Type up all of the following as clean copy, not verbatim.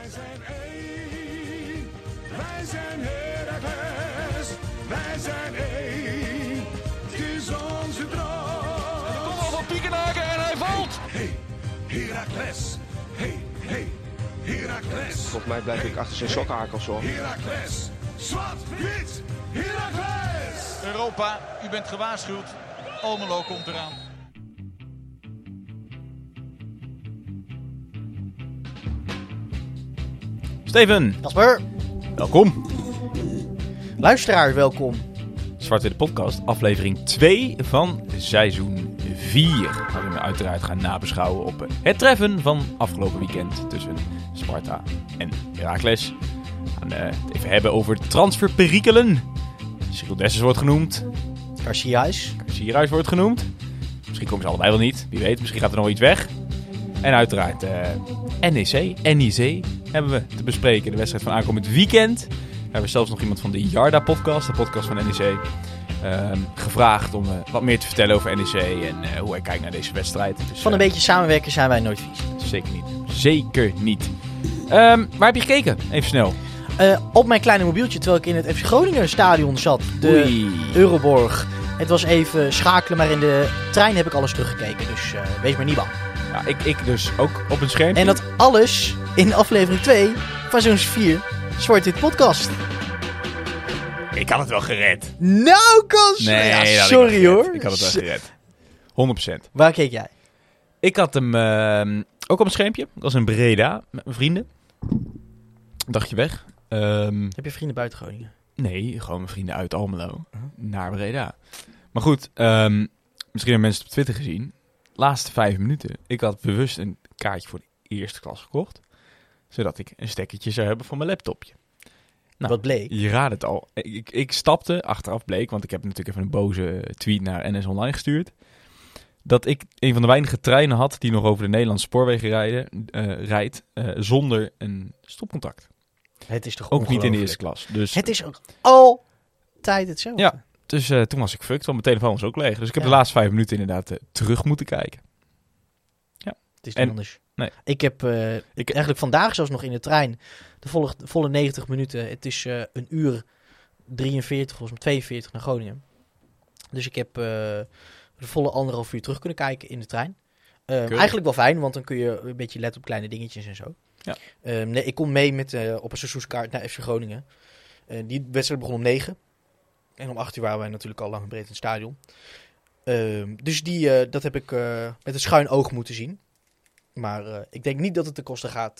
Wij zijn één, wij zijn Heracles, wij zijn één, het is onze droom. De kom al van Piekenhaken en hij valt. Hey, Heracles, hey, Heracles. Volgens mij blijf ik achter zijn sokkenhakels hoor. Heracles, zwart-wit, Heracles. Europa, u bent gewaarschuwd. Almelo komt eraan. Steven, Jasper, welkom. luisteraar, welkom. Zwart-Witte Podcast, aflevering 2 van seizoen 4. Waarin we uiteraard gaan nabeschouwen op het treffen van afgelopen weekend tussen Sparta en Heracles. We gaan het even hebben over transferperikelen. Cyril Dessers wordt genoemd. Garcia's. Sierhuis wordt genoemd. Misschien komen ze allebei wel niet. Wie weet, misschien gaat er nog iets weg. En uiteraard NEC hebben we te bespreken. De wedstrijd van aankomend weekend. We hebben zelfs nog iemand van de Jarda-podcast, de podcast van NEC, gevraagd om wat meer te vertellen over NEC en hoe hij kijkt naar deze wedstrijd. Dus, Van een beetje samenwerken zijn wij nooit vies. Zeker niet. Zeker niet. Waar heb je gekeken? Even snel. Op mijn kleine mobieltje, terwijl ik in het FC Groningen stadion zat. De Oei. Euroborg. Het was even schakelen, maar in de trein heb ik alles teruggekeken. Dus wees maar niet bang. Ja, ik dus ook op een schermpje. En dat alles in aflevering 2 van seizoen 4 Zwart-Wit Podcast. Ik had het wel gered. Nou, Kans! Nee, ja, dat had ik sorry wel gered. hoor. Ik had het wel gered. 100%. Waar keek jij? Ik had hem ook op een schermpje. Ik was in Breda met mijn vrienden. Een dagje weg. Heb je vrienden buiten Groningen? Nee, gewoon mijn vrienden uit Almelo naar Breda. Maar goed, misschien hebben mensen het op Twitter gezien. Laatste 5 minuten. Ik had bewust een kaartje voor de eerste klas gekocht. Zodat ik een stekkertje zou hebben voor mijn laptopje. Nou, Wat bleek? je raadt het al. Ik stapte, achteraf bleek, want ik heb natuurlijk even een boze tweet naar NS Online gestuurd. Dat ik een van de weinige treinen had die nog over de Nederlandse spoorwegen rijdt zonder een stopcontact. Het is toch Ook niet in de ongelooflijk. eerste klas. Dus, Het is ook altijd hetzelfde. Ja, dus toen was ik fucked, want mijn telefoon was ook leeg. Dus ik heb Ja. de laatste 5 minuten inderdaad terug moeten kijken. Het is niet anders. Nee. Ik heb eigenlijk vandaag zelfs nog in de trein de volle 90 minuten. Het is 1 uur 43, volgens mij 42 naar Groningen. Dus ik heb de volle 1,5 uur terug kunnen kijken in de trein. Eigenlijk wel fijn, want dan kun je een beetje letten op kleine dingetjes en zo. Ja. Nee, ik kom mee op een seizoenskaart naar FC Groningen. Die wedstrijd begon om 9. En om 8 uur waren wij natuurlijk al lang en breed in het stadion. Dus dat heb ik met een schuin oog moeten zien. Maar ik denk niet dat het ten koste gaat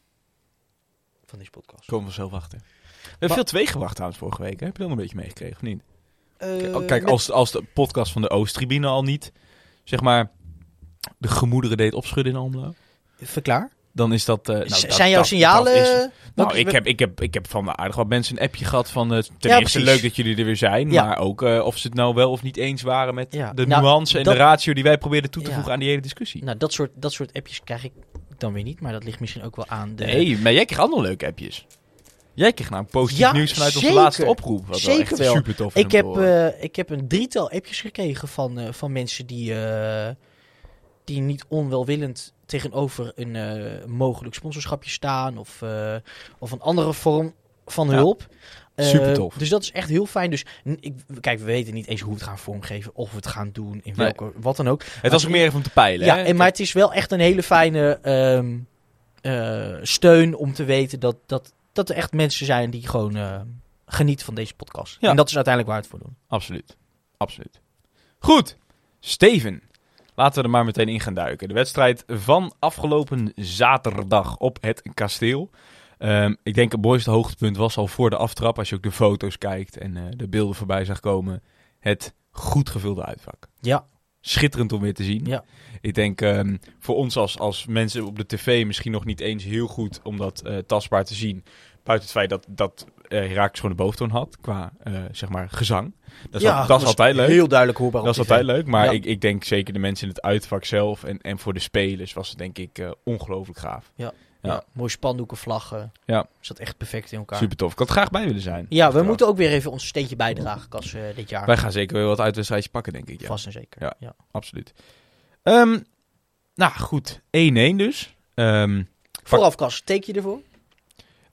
van deze podcast. Komen we zelf achter. We hebben veel teweeggebracht trouwens vorige week. Hè? Heb je dat een beetje meegekregen of niet? Kijk, als de podcast van de Oosttribune al niet, zeg maar, de gemoederen deed opschudden in Almelo, Verklaar. dan is dat... Zijn jouw signalen... Ik heb van aardig wat mensen een appje gehad van... ten Ja, eerste precies. leuk dat jullie er weer zijn, Ja. maar ook of ze het nou wel of niet eens waren met Ja. de Nou, nuance en dat- de ratio die wij probeerden toe te Ja. voegen aan die hele discussie. Nou, dat soort appjes krijg ik dan weer niet. Maar dat ligt misschien ook wel aan de... Nee, maar jij kreeg allemaal leuke appjes. Jij kreeg nou positief Ja, nieuws vanuit onze zeker. laatste oproep. Wat Zeker wel echt wel. super tof is om te horen. Ik heb een 3-tal appjes gekregen van mensen die niet onwelwillend tegenover een mogelijk sponsorschapje staan. Of een andere vorm van Ja. hulp. Super tof. Dus dat is echt heel fijn. Dus kijk, we weten niet eens hoe we het gaan vormgeven. Of we het gaan doen. In Nee. welke, wat dan ook. Het was ook meer even om te peilen. Ja, hè? maar het is wel echt een hele fijne steun om te weten dat er echt mensen zijn die gewoon genieten van deze podcast. Ja. En dat is uiteindelijk waar we het voor doen. Absoluut. Absoluut. Goed. Steven. Laten we er maar meteen in gaan duiken. De wedstrijd van afgelopen zaterdag op het kasteel. Ik denk het mooiste hoogtepunt was al voor de aftrap. Als je ook de foto's kijkt en de beelden voorbij zag komen. Het goed gevulde uitvak. Ja. Schitterend om weer te zien. Ja. Ik denk voor ons als mensen op de tv misschien nog niet eens heel goed om dat tastbaar te zien. Buiten het feit dat Heracles gewoon de boventoon had qua zeg maar gezang. Dat is altijd leuk. Heel duidelijk hoorbaar op Dat is tv. altijd leuk, maar Ja. ik denk zeker de mensen in het uitvak zelf en voor de spelers was het denk ik ongelooflijk gaaf. Ja. Ja. Ja. Mooie spandoeken, vlaggen. Ja. Zat echt perfect in elkaar. Super tof. Ik had er graag bij willen zijn. Ja, we Achteraf. moeten ook weer even ons steentje bijdragen, Kas, dit jaar. Wij gaan zeker weer wat uitwedstrijdjes pakken, denk ik. Ja, Vast en zeker. Ja. Ja. absoluut. Nou, goed. 1-1 dus. Vooraf, Kas, teken je ervoor?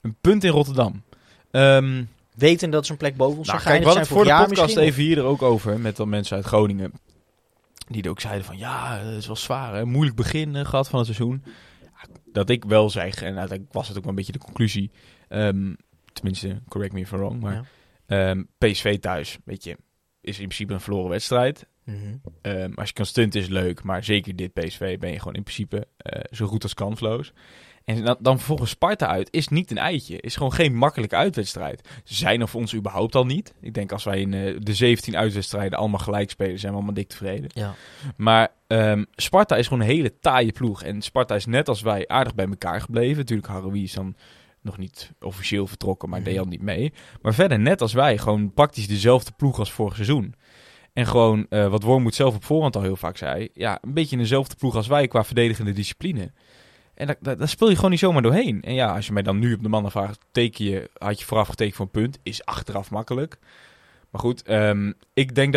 Een punt in Rotterdam. Weten dat ze een plek boven ons Nou, zijn kijk, we geëindigd hadden zijn het voor de vorig jaar podcast misschien. even hier er ook over met dan mensen uit Groningen. Die er ook zeiden van ja, het is wel zwaar, hè? Moeilijk begin gehad van het seizoen. Ja, dat ik wel zeg, en uiteindelijk was het ook wel een beetje de conclusie. Tenminste, correct me if I'm wrong. Maar PSV thuis, weet je, is in principe een verloren wedstrijd. Mhm. Als je kan stunten is leuk, maar zeker dit PSV ben je gewoon in principe zo goed als kansloos. En dan vervolgens Sparta uit is niet een eitje. Is gewoon geen makkelijke uitwedstrijd. Ze zijn er voor ons überhaupt al niet. Ik denk als wij in de 17 uitwedstrijden allemaal gelijk spelen, zijn we allemaal dik tevreden. Ja. Maar Sparta is gewoon een hele taaie ploeg. En Sparta is net als wij aardig bij elkaar gebleven. Natuurlijk, Haroui is dan nog niet officieel vertrokken, maar deed al niet mee. Maar verder, net als wij, gewoon praktisch dezelfde ploeg als vorig seizoen. En gewoon, wat Wormoed zelf op voorhand al heel vaak zei, ja, een beetje dezelfde ploeg als wij qua verdedigende discipline. En daar speel je gewoon niet zomaar doorheen. En ja, als je mij dan nu op de mannen vraagt, had je vooraf getekend voor een punt, is achteraf makkelijk. Maar goed, ik denk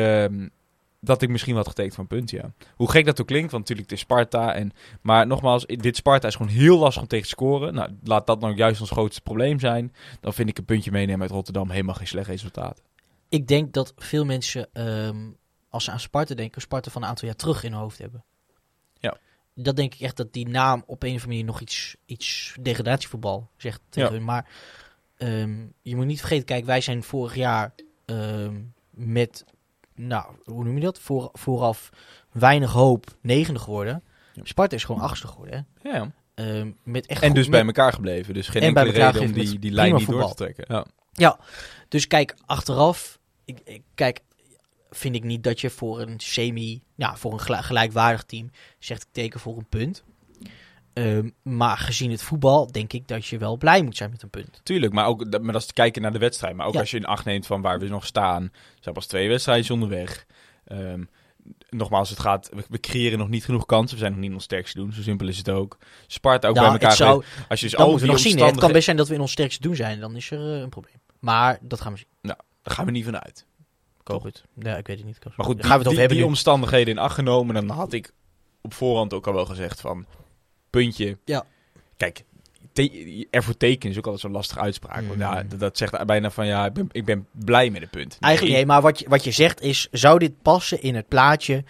dat ik misschien wat getekend van een punt, ja. Hoe gek dat ook klinkt, want natuurlijk het is Sparta. Maar nogmaals, dit Sparta is gewoon heel lastig om tegen te scoren. Nou, laat dat nou juist ons grootste probleem zijn. Dan vind ik een puntje meenemen uit Rotterdam helemaal geen slecht resultaat. Ik denk dat veel mensen, als ze aan Sparta denken, Sparta van een aantal jaar terug in hun hoofd hebben. Ja. Dat denk ik echt dat die naam op een of andere manier nog iets degradatievoetbal zegt tegen hun. Maar je moet niet vergeten, kijk, wij zijn vorig jaar met, nou, hoe noem je dat? Vooraf weinig hoop 9e geworden. Ja. Sparta is gewoon 8e geworden, hè? Ja. Met echt en goed, dus bij elkaar gebleven. Dus geen enkele reden om die lijn niet door te trekken. Ja, dus kijk, achteraf, vind ik niet dat je voor een voor een gelijkwaardig team zegt ik teken voor een punt. Maar gezien het voetbal denk ik dat je wel blij moet zijn met een punt. Tuurlijk, maar dat is te kijken naar de wedstrijd. Maar ook als je in acht neemt van waar we nog staan. We zijn pas 2 wedstrijden onderweg. Nogmaals, we creëren nog niet genoeg kansen. We zijn nog niet in ons sterkste doen. Zo simpel is het ook. Sparta ook bij elkaar. Als je dus al die omstandigheden... Het kan best zijn dat we in ons sterkste doen zijn. Dan is er een probleem. Maar dat gaan we zien. Nou, daar gaan we niet van uit. Goed. Ja, ik weet het niet. Maar goed, gaan we het over die omstandigheden in acht genomen. Dan had ik op voorhand ook al wel gezegd van... Puntje. Ja. Kijk, ervoor tekenen is ook altijd zo'n lastige uitspraak. Want ja, dat zegt bijna van ja, ik ben blij met het punt. Eigenlijk nee, maar wat je zegt is... Zou dit passen in het plaatje...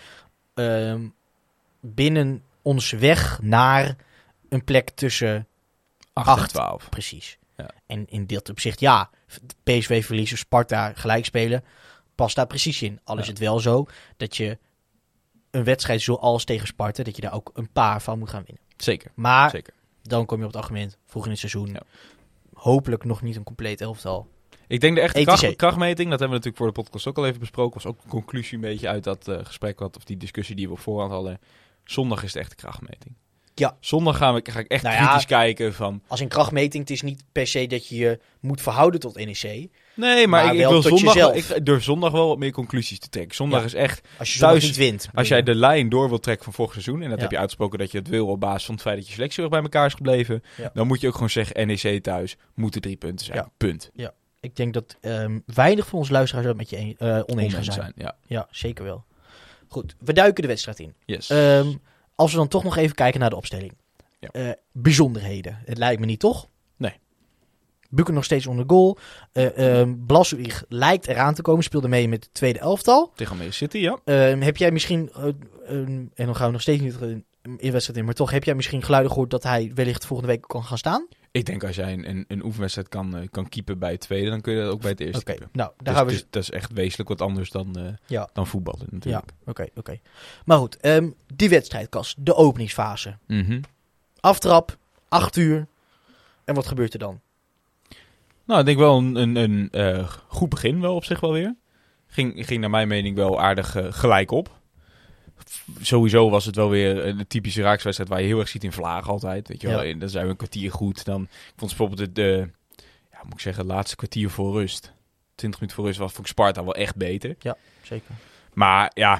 binnen ons weg naar een plek tussen 8 en 12. Precies. Ja. En in dit opzicht, ja, PSV verliezen, Sparta gelijk spelen, past daar precies in. Al is het wel zo dat je een wedstrijd zoals tegen Sparta, dat je daar ook een paar van moet gaan winnen. Zeker. Maar Zeker. Dan kom je op het argument, vroeg in het seizoen, hopelijk nog niet een compleet elftal. Ik denk de echte krachtmeting, dat hebben we natuurlijk voor de podcast ook al even besproken, was ook een conclusie een beetje uit dat gesprek of die discussie die we op voorhand hadden. Zondag is de echte krachtmeting. Ja. Zondag ga ik echt kritisch kijken van... Als in krachtmeting, het is niet per se dat je je moet verhouden tot NEC. Nee, maar ik durf zondag wel wat meer conclusies te trekken. Zondag is echt... Als je zondag niet wint. Als jij de lijn door wilt trekken van vorig seizoen... en dat heb je uitgesproken dat je het wil op basis van het feit dat je selectie bij elkaar is gebleven... dan moet je ook gewoon zeggen, NEC thuis moeten 3 punten zijn. Ja. Punt. Ja. Ik denk dat weinig van onze luisteraars dat met je oneens gaan zijn. Ja, zeker wel. Goed, we duiken de wedstrijd in. Yes. Als we dan toch nog even kijken naar de opstelling. Ja. Bijzonderheden. Het lijkt me niet, toch? Nee. Bukken nog steeds onder goal. Blasuig lijkt eraan te komen. Speelde mee met het tweede elftal. Tegen Manchester City, ja. Heb jij misschien... en dan gaan we nog steeds niet in wedstrijd in. Maar toch, heb jij misschien geluiden gehoord dat hij wellicht volgende week kan gaan staan? Ik denk als jij een oefenwedstrijd kan keepen bij het tweede, dan kun je dat ook bij het eerste keepen. Nou, daar gaan we... Dat is echt wezenlijk wat anders dan voetballen natuurlijk. Ja, oké. Maar goed, die wedstrijd, Cas, de openingsfase. Aftrap, 8 uur. En wat gebeurt er dan? Nou, ik denk wel een goed begin wel op zich wel weer. Ging naar mijn mening wel aardig gelijk op. Sowieso was het wel weer een typische raakswedstrijd waar je heel erg ziet in vlagen altijd. Weet je wel, en dan zijn we een kwartier goed. Dan, ik vond bijvoorbeeld het laatste kwartier voor rust. 20 minuten voor rust was voor Sparta wel echt beter. Ja, zeker. Maar ja,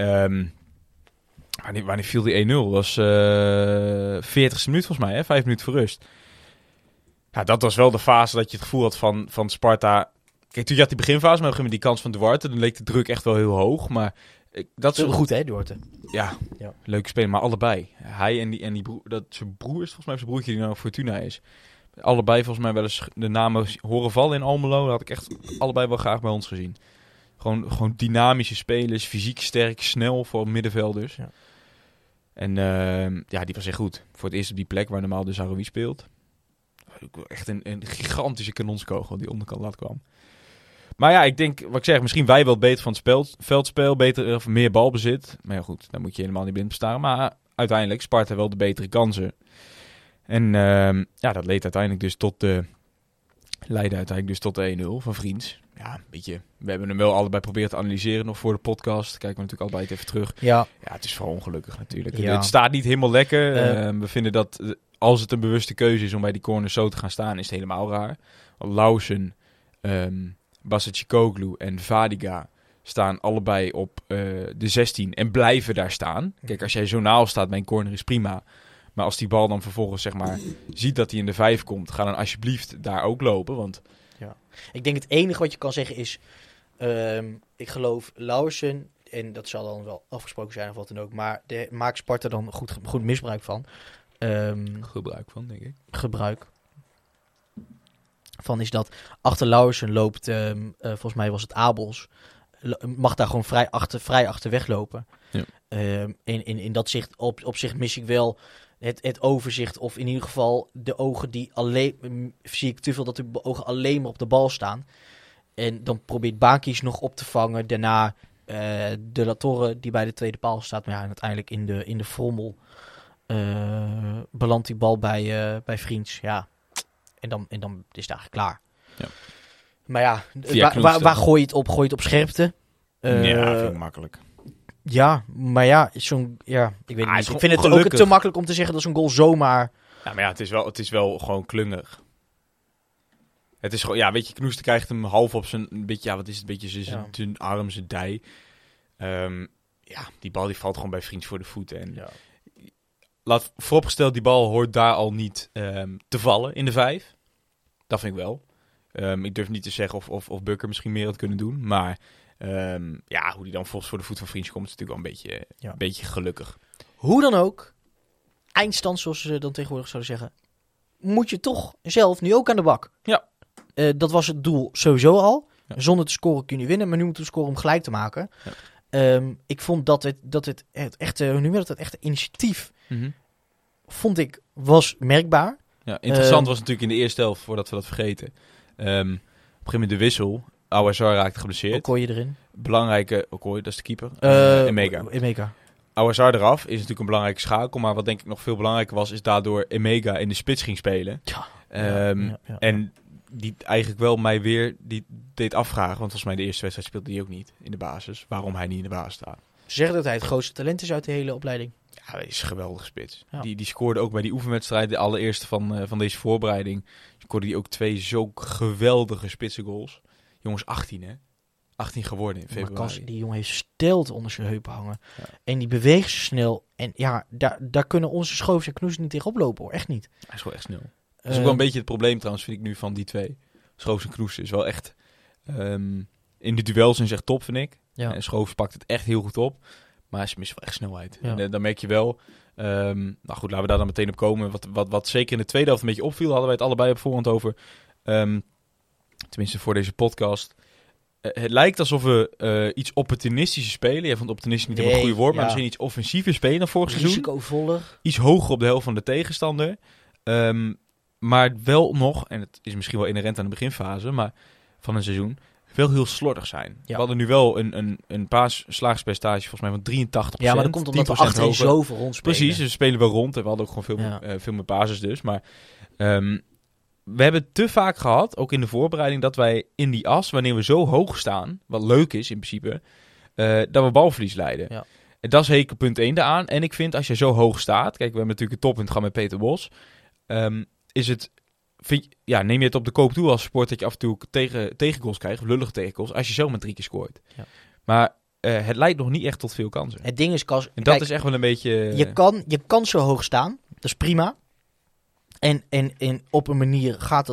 wanneer viel die 1-0? Dat was 40e minuut volgens mij, hè? 5 minuten voor rust. Ja, dat was wel de fase dat je het gevoel had van Sparta. Kijk, toen je had die beginfase, maar met die kans van Duarte, dan leek de druk echt wel heel hoog. Maar dat is goed, hè, Duarte? Ja, leuke speler, maar allebei. Hij en die broer, dat zijn broer is volgens mij zijn broertje die nou Fortuna is. Allebei volgens mij wel eens de namen horen vallen in Almelo. Dat had ik echt allebei wel graag bij ons gezien. Gewoon dynamische spelers, fysiek sterk, snel voor middenvelders. Ja. En die was echt goed. Voor het eerst op die plek waar normaal de Zaroui speelt. Echt een gigantische kanonskogel die onderkant laat kwam. Maar ja, ik denk, wat ik zeg, misschien wij wel beter van het veldspel, beter of meer balbezit. Maar ja goed, dan moet je helemaal niet blind bestaan. Maar uiteindelijk Sparta wel de betere kansen. En dat leidde uiteindelijk dus tot de 1-0 van Vriends. Ja, een beetje. We hebben hem wel allebei proberen te analyseren nog voor de podcast. Kijken we natuurlijk allebei even terug. Ja, Het is vooral ongelukkig natuurlijk. Ja. Het staat niet helemaal lekker. We vinden dat als het een bewuste keuze is om bij die corners zo te gaan staan, is het helemaal raar. Want Lausen, Basacicoglu en Vadiga staan allebei op de 16 en blijven daar staan. Kijk, als jij zo naal staat bij een corner is prima. Maar als die bal dan vervolgens zeg maar ziet dat hij in de 5 komt, ga dan alsjeblieft daar ook lopen. Want ik denk het enige wat je kan zeggen is, ik geloof Lauwersen, en dat zal dan wel afgesproken zijn of wat dan ook, maar maakt Sparta dan goed misbruik van. gebruik van, denk ik. Gebruik van is dat achter Lauwersen loopt, volgens mij was het Abels, mag daar gewoon vrij achter weglopen. Ja. In dat zicht, op zich mis ik wel het overzicht, of in ieder geval de ogen die alleen, zie ik te veel dat de ogen alleen maar op de bal staan. En dan probeert Baki's nog op te vangen. Daarna de La Torre die bij de tweede paal staat. Maar ja, en uiteindelijk in de frommel belandt die bal bij Vriends. Ja, en dan is het eigenlijk klaar. Ja. Maar ja, Waar gooi je het op? Gooi je het op scherpte? Ja, vind ik makkelijk. Ja, maar ja, ik weet het niet. Ik vind het gelukkig ook te makkelijk om te zeggen dat zo'n goal zomaar... Ja, maar ja, het is wel gewoon klungig. Het is gewoon, ja, weet je, Knoester krijgt hem half op zijn, een beetje, ja, wat is het, een beetje zijn arm, zijn dij. Die bal die valt gewoon bij Vriends voor de voeten. En laat vooropgesteld, die bal hoort daar al niet te vallen in de 5. Dat vind ik wel. Ik durf niet te zeggen of Bukker misschien meer had kunnen doen, maar... hoe die dan volgens voor de voet van Vriends komt, is natuurlijk wel een beetje gelukkig. Hoe dan ook, eindstand, zoals ze dan tegenwoordig zouden zeggen, moet je toch zelf nu ook aan de bak. Ja. Dat was het doel sowieso al. Ja. Zonder te scoren kun je winnen, maar nu moeten we scoren om gelijk te maken. Ja. Ik vond dat het echte initiatief, vond ik, was merkbaar. Ja, interessant was natuurlijk in de eerste helft, voordat we dat vergeten. Op een gegeven moment de wissel. Ouazzar raakte geblesseerd. Okoye erin. Belangrijke... Okoye, dat is de keeper. Emega. Ouazzar eraf is natuurlijk een belangrijke schakel. Maar wat denk ik nog veel belangrijker was, is daardoor Emega in de spits ging spelen. Ja. En die eigenlijk wel mij weer deed afvragen. Want volgens mij de eerste wedstrijd speelde hij ook niet in de basis. Waarom hij niet in de basis staat. Ze zeggen dat hij het grootste talent is uit de hele opleiding. Ja, hij is een geweldige spits. Ja. Die scoorde ook bij die oefenwedstrijd, de allereerste van deze voorbereiding. Scoorde hij ook 2 zo geweldige spitsengoals. Jongens, 18 hè? 18 geworden in februari. Die jongen heeft stelt onder zijn heupen hangen. Ja. En die beweegt snel. En ja, daar kunnen onze Schoofs en Knoes niet tegen oplopen hoor. Echt niet. Hij is gewoon echt snel. Dat is ook wel een beetje het probleem trouwens, vind ik nu, van die 2. Schoofs en Knoes is wel echt... in de duels is echt top, vind ik. Ja. En Schoofs pakt het echt heel goed op. Maar ze missen wel echt snelheid. Ja. En dan merk je wel... nou goed, laten we daar dan meteen op komen. Wat zeker in de tweede helft een beetje opviel, hadden wij het allebei op voorhand over. Tenminste voor deze podcast. Het lijkt alsof we iets opportunistischer spelen. Jij vond opportunistisch niet helemaal het goede woord, maar misschien iets offensiever spelen dan vorig seizoen. Risicovoller. Iets hoger op de helft van de tegenstander. Maar wel nog, en het is misschien wel inherent aan de beginfase maar van een seizoen, wel heel slordig zijn. Ja. We hadden nu wel een slagingspercentage volgens mij van 83%. Ja, maar dat komt omdat we achterin zoveel rondspelen. Precies, we spelen wel rond en we hadden ook gewoon veel meer basis dus. Maar we hebben te vaak gehad, ook in de voorbereiding, dat wij in die as, wanneer we zo hoog staan, wat leuk is in principe, dat we balverlies leiden. Ja. En dat is hekel punt 1 daaraan. En ik vind, als je zo hoog staat, kijk, we hebben natuurlijk een toppunt gehad met Peter Bos, is het... neem je het op de koop toe als sport dat je af en toe tegengoals krijgt, of lullige tegengoals, als je zo met 3 keer scoort. Ja. Maar het leidt nog niet echt tot veel kansen. Het ding is, Kas, en dat is echt wel een beetje... Je kan zo hoog staan, dat is prima. En op een manier gaat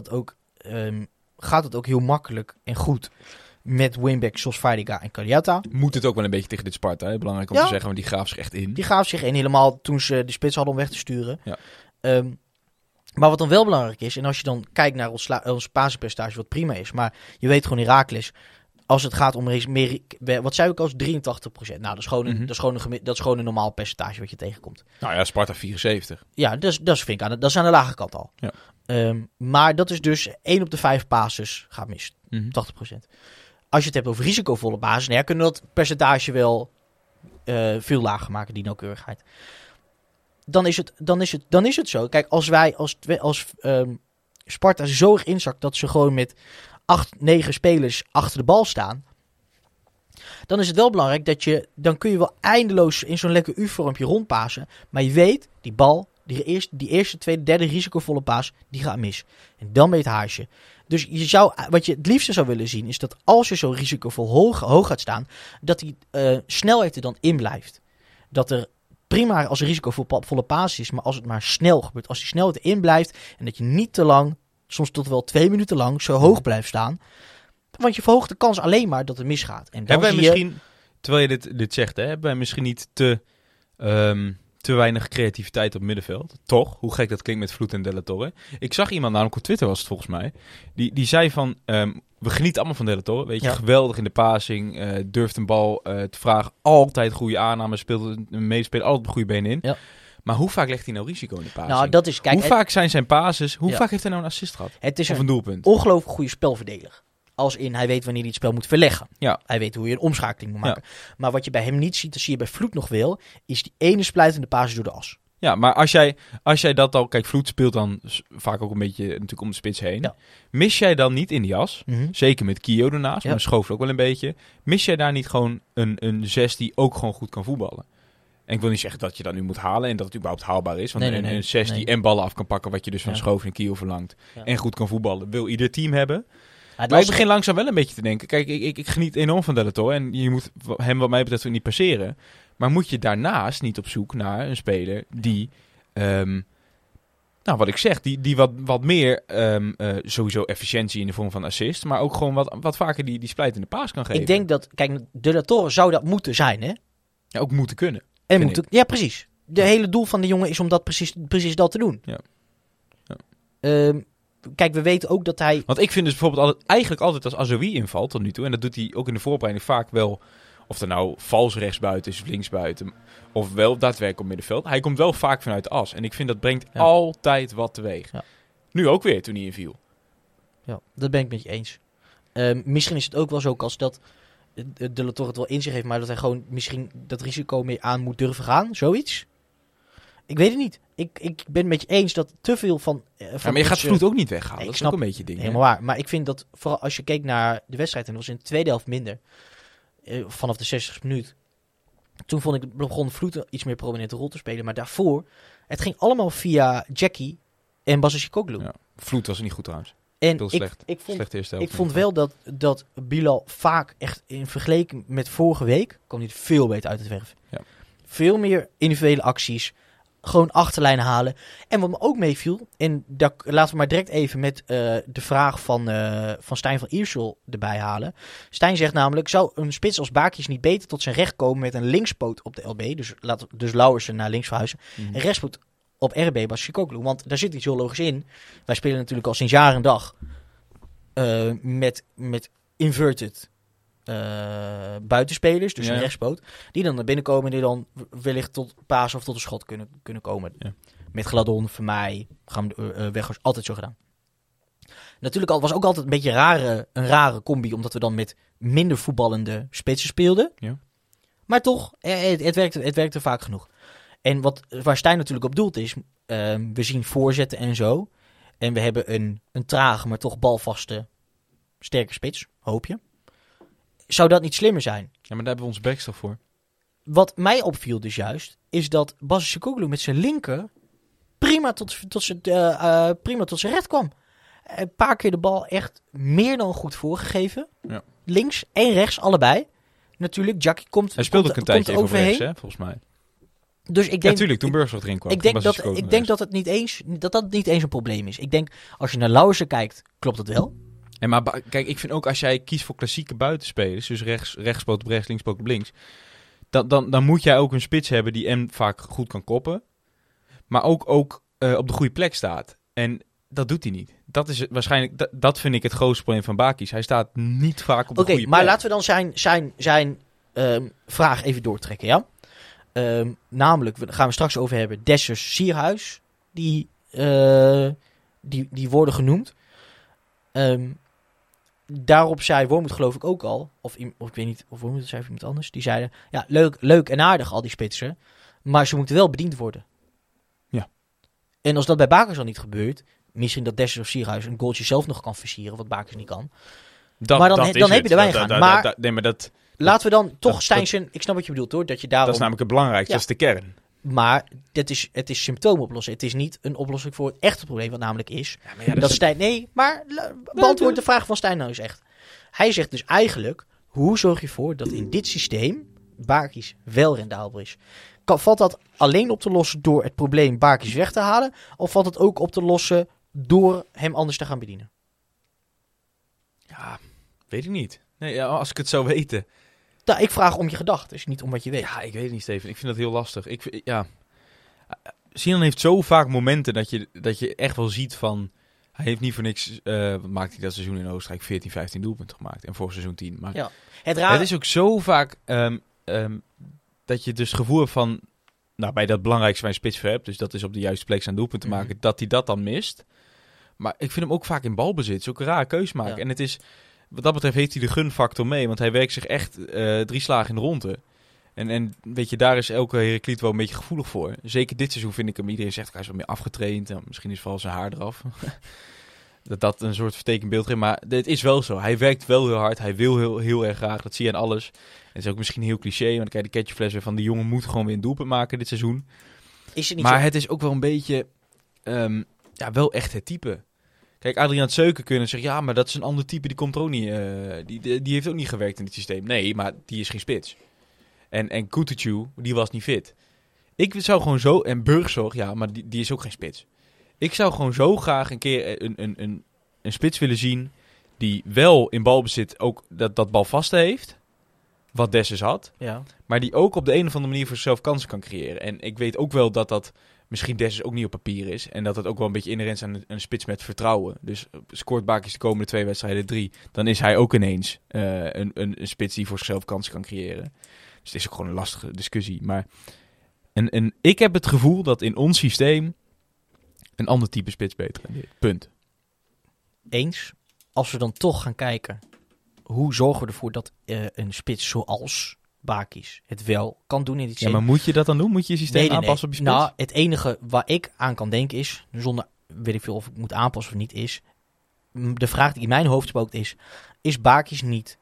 het ook heel makkelijk en goed met wingbacks zoals Vadiga en Kaliata. Moet het ook wel een beetje tegen dit Sparta, hè? Belangrijk om te zeggen, want die gaven zich echt in. Die gaven zich in, helemaal toen ze de spits hadden om weg te sturen. Ja. Maar wat dan wel belangrijk is, en als je dan kijkt naar ons passingpercentage, wat prima is, maar je weet gewoon Heracles, als het gaat om meer, wat zei ik als 83%? Nou, dat is gewoon een normaal percentage wat je tegenkomt. Nou ja, Sparta 74. Ja, dat vind ik dat is aan de lage kant al. Ja. Maar dat is dus 1 op de 5 passes gaat mis. 80%. Als je het hebt over risicovolle basis, nou ja, kunnen we dat percentage wel veel lager maken, die nauwkeurigheid. Dan is het zo. Kijk, als wij als Sparta zo erg inzakt dat ze gewoon met 8, 9 spelers achter de bal staan, dan is het wel belangrijk dan kun je wel eindeloos in zo'n lekker U-vormpje rondpassen, maar je weet, die bal, die eerste, tweede, derde risicovolle paas, die gaat mis. En dan ben je het haasje. Dus wat je het liefste zou willen zien, is dat als je zo risicovol hoog gaat staan, dat die snelheid er dan in blijft. Dat er prima als er risicovolle paas is, maar als het maar snel gebeurt, als die snelheid erin blijft en dat je niet te lang, soms tot wel 2 minuten lang, zo hoog blijft staan. Want je verhoogt de kans alleen maar dat het misgaat. En dan hebben wij misschien, terwijl je dit zegt, hebben wij misschien niet te weinig creativiteit op middenveld? Toch? Hoe gek dat klinkt met Vloed en De La Torre. Ik zag iemand, namelijk op Twitter was het volgens mij, die zei van, we genieten allemaal van De La Torre. Weet je, geweldig in de passing, durft een bal te vragen, altijd goede aanname, speelt een medespeler, altijd op goede benen in. Ja. Maar hoe vaak legt hij nou risico in de passing? Nou, dat is, kijk, hoe vaak zijn zijn passes? Hoe vaak heeft hij nou een assist gehad? Het is of een doelpunt? Ongelooflijk goede spelverdeler. Als in, hij weet wanneer hij het spel moet verleggen. Ja. Hij weet hoe je een omschakeling moet maken. Ja. Maar wat je bij hem niet ziet, dat zie je bij Vloed nog wel, is die ene splijtende paas door de as. Ja, maar als jij dat al... Kijk, Vloed speelt dan vaak ook een beetje natuurlijk om de spits heen. Ja. Mis jij dan niet in die as? Zeker met Kio ernaast, maar schoof ook wel een beetje. Mis jij daar niet gewoon een 6 die ook gewoon goed kan voetballen? En ik wil niet zeggen dat je dat nu moet halen en dat het überhaupt haalbaar is. Want een 6 die en ballen af kan pakken, wat je dus van Schoof en Kio verlangt. Ja. En goed kan voetballen, wil ieder team hebben. Ja, maar ik begin langzaam wel een beetje te denken. Kijk, ik geniet enorm van De La Torre. En je moet hem wat mij betreft ook niet passeren. Maar moet je daarnaast niet op zoek naar een speler die... wat ik zeg, die wat meer sowieso efficiëntie in de vorm van assist. Maar ook gewoon wat vaker die splijtende paas kan geven. Ik denk dat... Kijk, De La Torre zou dat moeten zijn, hè? Ja, ook moeten kunnen. Ja, precies. De hele doel van de jongen is om dat precies dat te doen. Ja. Kijk, we weten ook dat hij... Want ik vind dus bijvoorbeeld eigenlijk altijd als Azoui invalt tot nu toe, en dat doet hij ook in de voorbereiding vaak wel, of er nou vals rechtsbuiten is of linksbuiten, of wel daadwerkelijk op middenveld. Hij komt wel vaak vanuit de as. En ik vind dat brengt altijd wat teweeg. Ja. Nu ook weer, toen hij inviel. Ja, dat ben ik met je eens. Misschien is het ook wel zo als dat De La Torre het wel in zich heeft, maar dat hij gewoon misschien dat risico mee aan moet durven gaan. Zoiets. Ik weet het niet. Ik ben het met je eens dat te veel van maar je gaat Vloed ook niet weghalen. Nee, dat is ook een beetje ding. Helemaal waar. Maar ik vind dat, vooral als je keek naar de wedstrijd, en dat was in de tweede helft minder, vanaf de 60 minuut. Toen begon Vloed iets meer prominente rol te spelen. Maar daarvoor, het ging allemaal via Jackie en Basashikoglu. Ja, Vloed was niet goed trouwens. En ik vond wel dat Bilal vaak echt in vergelijking met vorige week kwam hij veel beter uit het werf. Ja. Veel meer individuele acties. Gewoon achterlijn halen. En wat me ook meeviel, en daar laten we maar direct even met de vraag van Stijn van Iersel erbij halen. Stijn zegt namelijk, zou een spits als Baakjes niet beter tot zijn recht komen met een linkspoot op de LB? Dus Lauwersen naar links verhuizen. En rechtspoot op RB Basashikoglu. Want daar zit iets heel logisch in. Wij spelen natuurlijk al sinds jaar en dag met inverted buitenspelers, dus een rechtspoot, die dan naar binnen komen en die dan wellicht tot paas of tot een schot kunnen komen. Ja. Met Gladon, Vermeij, Weghorst, altijd zo gedaan. Natuurlijk was ook altijd een beetje een rare combi, omdat we dan met minder voetballende spitsen speelden. Ja. Maar toch, het werkte vaak genoeg. En waar Stijn natuurlijk op doelt is, we zien voorzetten en zo. En we hebben een trage, maar toch balvaste, sterke spits, hoop je. Zou dat niet slimmer zijn? Ja, maar daar hebben we ons backs toch voor. Wat mij opviel dus juist, is dat Basashikoglu met zijn linker prima tot zijn recht kwam. Een paar keer de bal echt meer dan goed voorgegeven. Ja. Links en rechts, allebei. Natuurlijk, Jackie komt hij speelde ook een tijdje overheen. Rechts, hè, volgens mij. Dus ik denk, natuurlijk, toen Burgers erin kwam. Ik denk dat het niet eens een probleem is. Ik denk, als je naar Lauwersen kijkt, klopt het wel. En maar kijk, ik vind ook als jij kiest voor klassieke buitenspelers, dus rechtspoot op rechts, linkspoot op links, dan moet jij ook een spits hebben die vaak goed kan koppen, maar ook op de goede plek staat. En dat doet hij niet. Dat is waarschijnlijk, dat vind ik het grootste probleem van Bakis. Hij staat niet vaak op de goede plek. Maar laten we dan zijn vraag even doortrekken, ja? Namelijk, gaan we straks over hebben, Dessers, Sierhuis, die worden genoemd. Daarop zei Wormoed geloof ik ook al, of ik weet niet of Wormoed zei of iemand anders, die zeiden, ja, leuk en aardig al die spitsen, maar ze moeten wel bediend worden. Ja. En als dat bij Bakers al niet gebeurt, misschien dat Dessers of Sierhuis een goaltje zelf nog kan versieren, wat Bakers niet kan. Maar dan heb je er weinig aan. Maar laten we dan toch Stijnsen, ik snap wat je bedoelt hoor, dat je daarom... Dat is namelijk het belangrijkste, dat is de kern. Maar het is symptomen oplossen. Het is niet een oplossing voor het echte probleem, wat namelijk is... beantwoord de vraag van Stijn nou eens echt. Hij zegt dus eigenlijk, hoe zorg je ervoor dat in dit systeem Bakis wel rendabel is? Valt dat alleen op te lossen door het probleem Bakis weg te halen? Of valt het ook op te lossen door hem anders te gaan bedienen? Ja, weet ik niet. Nee, als ik het zou weten... Nou, ik vraag om je gedachten, dus niet om wat je weet. Ja, ik weet het niet, Steven. Ik vind dat heel lastig. Sinan heeft zo vaak momenten dat je echt wel ziet van... Hij heeft niet voor niks... maakt hij dat seizoen in Oostenrijk 14, 15 doelpunten gemaakt. En vorig seizoen 10. Maar ja. Het is ook zo vaak dat je dus het gevoel hebt van... Nou, bij dat belangrijkste bij een spits hebt, dus dat is op de juiste plek zijn doelpunt te maken, dat hij dat dan mist. Maar ik vind hem ook vaak in balbezit. Zo een rare keus maken. Ja. En het is... Wat dat betreft heeft hij de gunfactor mee. Want hij werkt zich echt 3 slagen in de ronde. En weet je, daar is elke Heracliet wel een beetje gevoelig voor. Zeker dit seizoen vind ik hem. Iedereen zegt, hij is wat meer afgetraind. Nou, misschien is vooral zijn haar eraf. dat een soort vertekend beeld geeft. Maar het is wel zo. Hij werkt wel heel hard. Hij wil heel erg graag. Dat zie je aan alles. En het is ook misschien heel cliché. Want dan krijg je de catchfles weer van... Die jongen moet gewoon weer een doelpunt maken dit seizoen. Is het niet maar zo? Het is ook wel een beetje... wel echt het type... Kijk, Adriaan Seuken kunnen zeggen... Ja, maar dat is een ander type, die komt er ook niet... Die heeft ook niet gewerkt in dit systeem. Nee, maar die is geen spits. En Kutucu, die was niet fit. Ik zou gewoon zo... En Burgzorg, ja, maar die is ook geen spits. Ik zou gewoon zo graag een keer een spits willen zien... Die wel in balbezit ook dat bal vast heeft... Wat Dessers had. Ja. Maar die ook op de een of andere manier voor zichzelf kansen kan creëren. En ik weet ook wel dat misschien Dessers ook niet op papier is. En dat het ook wel een beetje inherent is aan een spits met vertrouwen. Dus scoort Bakis de komende 2 wedstrijden 3. Dan is hij ook ineens een spits die voor zichzelf kansen kan creëren. Dus het is ook gewoon een lastige discussie. Maar ik heb het gevoel dat in ons systeem een ander type spits beter is. Punt. Eens. Als we dan toch gaan kijken... Hoe zorgen we ervoor dat een spits zoals Bakis het wel kan doen in dit systeem? Ja, maar moet je dat dan doen? Moet je je systeem aanpassen op je spits? Nou, het enige waar ik aan kan denken is, zonder weet ik veel of ik moet aanpassen of niet is, de vraag die in mijn hoofd spookt is Bakis niet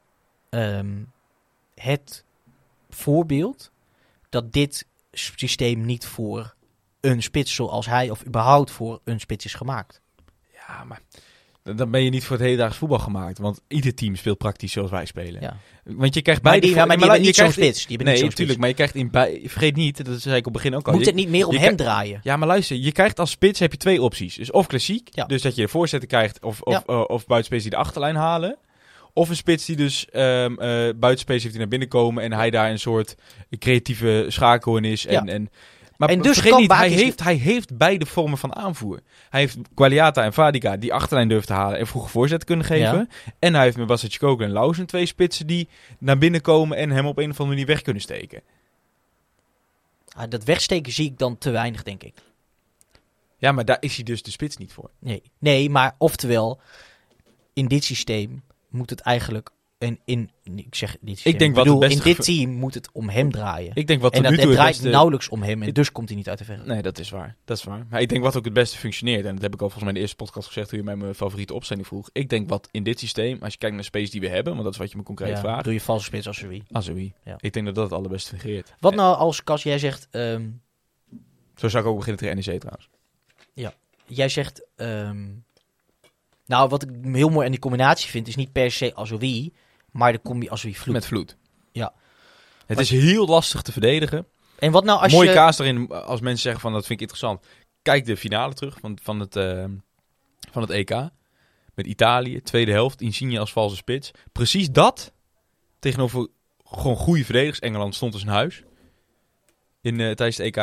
het voorbeeld dat dit systeem niet voor een spits zoals hij of überhaupt voor een spits is gemaakt? Ja, maar... Dan ben je niet voor het hedendaags voetbal gemaakt. Want ieder team speelt praktisch zoals wij spelen. Ja. Want je krijgt bij die hebben niet zo'n spits. Nee, natuurlijk. Maar je krijgt vergeet niet, dat zei ik op het begin ook al. Moet het niet meer om hem draaien? Ja, maar luister. Je krijgt als spits heb je 2 opties. Dus of klassiek. Dus dat je de voorzetten krijgt. Of buitenspelers die de achterlijn halen. Of een spits die dus buitenspelers heeft die naar binnen komen. En hij daar een soort creatieve schakel in is. Maar en dus vergeet niet, hij heeft beide vormen van aanvoer. Hij heeft Gualiata en Vadica die achterlijn durven te halen en vroege voorzet kunnen geven. Ja. En hij heeft met Bassetjkogo en Lauzen 2 spitsen die naar binnen komen en hem op een of andere manier weg kunnen steken. Dat wegsteken zie ik dan te weinig, denk ik. Ja, maar daar is hij dus de spits niet voor. Nee, maar oftewel, in dit systeem moet het eigenlijk... in dit team moet het om hem draaien. Ik denk wat en het draait nauwelijks om hem en dus komt hij niet uit de verre. Nee, dat is waar. Maar ik denk wat ook het beste functioneert. En dat heb ik al volgens mij in de eerste podcast gezegd toen je mij mijn favoriete opstelling vroeg. Ik denk wat in dit systeem, als je kijkt naar de space die we hebben, want dat is wat je me concreet vraagt. Doe je valse spits als Azoui. Ja. Ik denk dat dat het allerbeste fungeert. Wat nou als Cas, jij zegt... Zo zou ik ook beginnen tegen NEC trouwens. Ja, jij zegt... Nou, wat ik heel mooi aan die combinatie vind, is niet per se Azoui, maar de combi Azoui-Vloed. Met Vloed. Ja. Het is heel lastig te verdedigen. En wat nou als Mooie kaas erin, als mensen zeggen van dat vind ik interessant. Kijk de finale terug van het EK. Met Italië, tweede helft, Insigne als valse spits. Precies dat, tegenover gewoon goede verdedigers. Engeland stond als een huis tijdens het EK.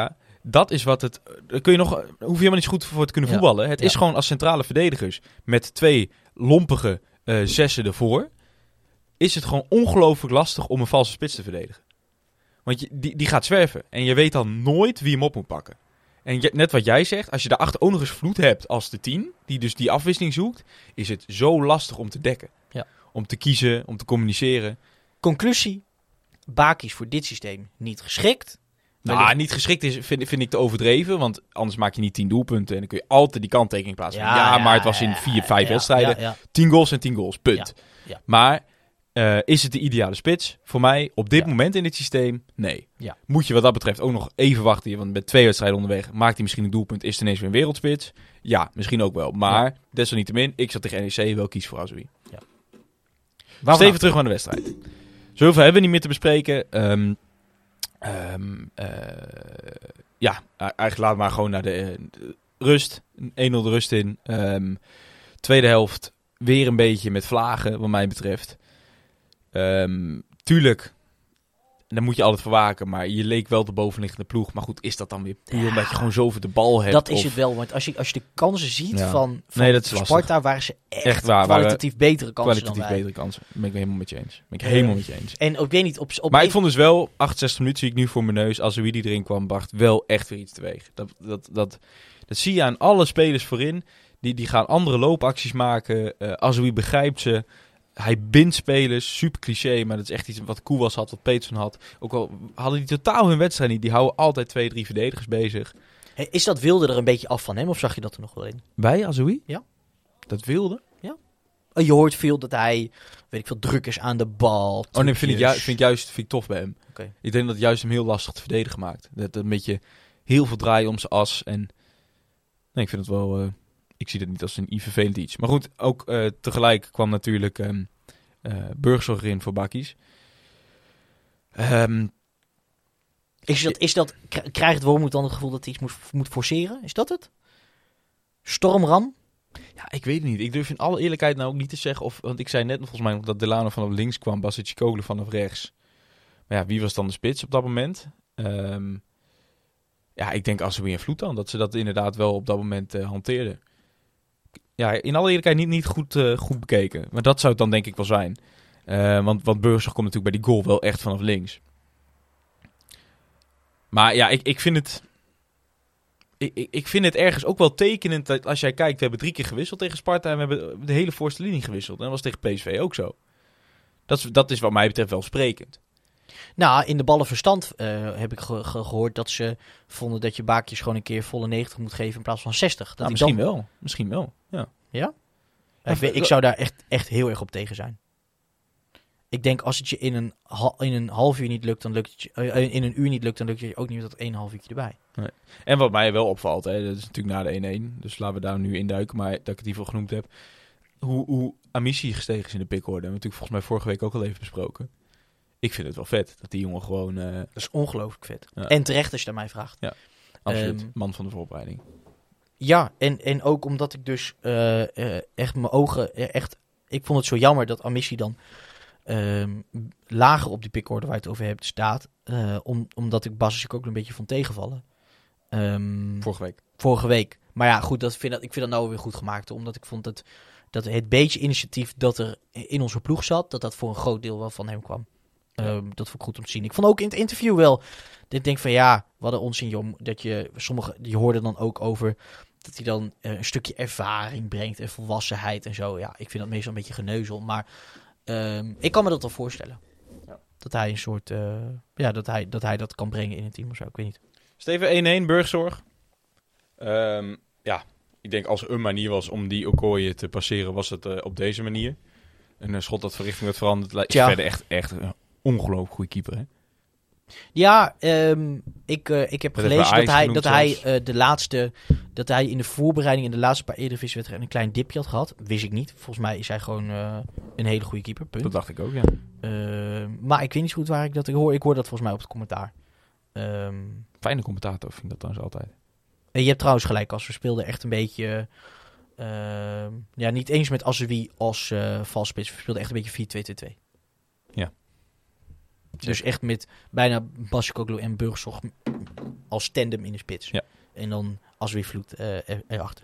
dat is wat het... Daar kun je nog, hoef je helemaal niet zo goed voor te kunnen voetballen. Het is gewoon als centrale verdedigers met 2 lompige zessen ervoor, is het gewoon ongelooflijk lastig om een valse spits te verdedigen. Want die gaat zwerven. En je weet dan nooit wie hem op moet pakken. En net wat jij zegt, als je daarachter ook nog eens Vloed hebt als de 10, die dus die afwisseling zoekt, is het zo lastig om te dekken. Ja. Om te kiezen, om te communiceren. Conclusie, Baki is voor dit systeem niet geschikt. Nou, niet geschikt is, vind ik te overdreven, want anders maak je niet 10 doelpunten en dan kun je altijd die kanttekening plaatsen. Maar het was in 4-5 wedstrijden. Ja. 10 goals en 10 goals, punt. Ja. Maar is het de ideale spits? Voor mij, op dit moment in dit systeem, nee. Ja. Moet je wat dat betreft ook nog even wachten, want met 2 wedstrijden onderweg maakt hij misschien een doelpunt, is het ineens weer een wereldspits? Ja, misschien ook wel. Maar desalniettemin, ik zat tegen NEC wel kies voor Azoui. Ja. Even terug naar de wedstrijd. Zoveel hebben we niet meer te bespreken. Eigenlijk laat maar gewoon naar de rust. 1-0 de rust in. Tweede helft weer een beetje met vlagen, wat mij betreft. Tuurlijk, daar moet je altijd voor waken, maar je leek wel de bovenliggende ploeg. Maar goed, is dat dan weer puur omdat je gewoon zoveel de bal hebt? Dat is het wel, want als je de kansen ziet van dat is Sparta, waren ze echt waar, kwalitatief betere kansen kwalitatief dan wij. betere kansen. Ben ik helemaal met je eens. En ik weet niet, op maar ik vond dus wel, 68 minuten zie ik nu voor mijn neus, als wie die erin kwam, bracht wel echt weer iets teweeg. Dat zie je aan alle spelers voorin. Die gaan andere loopacties maken. Azoui begrijpt ze. Hij bindt spelers. Super cliché, maar dat is echt iets wat Koewas had, wat Peterson had. Ook al hadden die totaal hun wedstrijd niet. Die houden altijd 2-3 verdedigers bezig. Hey, is dat Wilde er een beetje af van hem, of zag je dat er nog wel in? Bij Azoui? Ja. Dat Wilde? Ja. Je hoort veel dat hij, weet ik veel, druk is aan de bal. Oh nee, vind ik tof bij hem. Okay. Ik denk dat het juist hem heel lastig te verdedigen maakt. Dat een beetje heel veel draaien om zijn as. En nee, ik vind het wel... ik zie dat niet als een vervelend iets. Maar goed, ook tegelijk kwam natuurlijk Burgzorg in voor Bakkies. Krijgt Wormoed dan het gevoel dat hij iets moet forceren? Is dat het? Stormram? Ja, ik weet het niet. Ik durf in alle eerlijkheid nou ook niet te zeggen. Want ik zei net volgens mij nog dat Delano vanaf links kwam. Basicoglu vanaf rechts. Maar ja, wie was dan de spits op dat moment? Ik denk Azoui en Vloed dan. Dat ze dat inderdaad wel op dat moment hanteerden. Ja, in alle eerlijkheid niet goed bekeken. Maar dat zou het dan denk ik wel zijn. Want Burgzorg komt natuurlijk bij die goal wel echt vanaf links. Maar ja, ik vind het... Ik vind het ergens ook wel tekenend dat als jij kijkt, we hebben 3 keer gewisseld tegen Sparta en we hebben de hele voorste linie gewisseld. En dat was tegen PSV ook zo. Dat is wat mij betreft wel sprekend. Nou, in de ballenverstand heb ik gehoord dat ze vonden dat je Baakjes gewoon een keer volle 90 moet geven in plaats van 60. Dat Misschien wel. Ja? Ja? Ik zou daar echt heel erg op tegen zijn. Ik denk als het je in een half uur niet lukt, dan lukt het je, in een uur niet lukt, dan lukt het je ook niet met dat 1,5 uurtje erbij. Nee. En wat mij wel opvalt, hè, dat is natuurlijk na de 1-1, dus laten we daar nu induiken, maar dat ik het hiervoor genoemd heb, hoe Amici gestegen is in de pickorde. We hebben natuurlijk volgens mij vorige week ook al even besproken. Ik vind het wel vet dat die jongen gewoon... Dat is ongelooflijk vet. Ja. En terecht als je naar mij vraagt. Ja, absoluut. Man van de voorbereiding. Ja, en ook omdat ik dus echt mijn ogen... ik vond het zo jammer dat Amici dan lager op die pickorde waar je het over hebt staat. Omdat ik Basic ook een beetje vond tegenvallen. Vorige week. Maar ja, goed, ik vind dat nou weer goed gemaakt. Omdat ik vond dat het beetje initiatief dat er in onze ploeg zat, dat voor een groot deel wel van hem kwam. Dat vond ik goed om te zien. Ik vond ook in het interview wel, dat ik denk van ja, wat een onzin, joh, dat je hoorde dan ook over dat hij dan een stukje ervaring brengt en volwassenheid en zo. Ja, ik vind dat meestal een beetje geneuzel, maar ik kan me dat wel voorstellen. Ja. Dat hij een soort, dat hij dat kan brengen in een team of zo, ik weet niet. Steven 1-1, Burgzorg. Ik denk als er een manier was om die Okoye te passeren, was het op deze manier. Een schot dat van richting werd veranderd. Is verder echt een ongelooflijk goede keeper, hè? Ja, ik heb gelezen dat hij in de voorbereiding in de laatste paar Eredivisie-wedstrijden een klein dipje had gehad. Wist ik niet. Volgens mij is hij gewoon een hele goede keeper. Punt. Dat dacht ik ook, ja. Maar ik weet niet zo goed waar ik dat hoor. Ik hoor dat volgens mij op het commentaar. Fijne commentator vind ik dat trouwens altijd. En je hebt trouwens gelijk, als we speelden echt een beetje... niet eens met Azoui als valspits. We speelden echt een beetje 4-2-2-2. Ja. Dus echt met bijna Basicoglu en Burgzorg als tandem in de spits. Ja. En dan Aswiervloed erachter.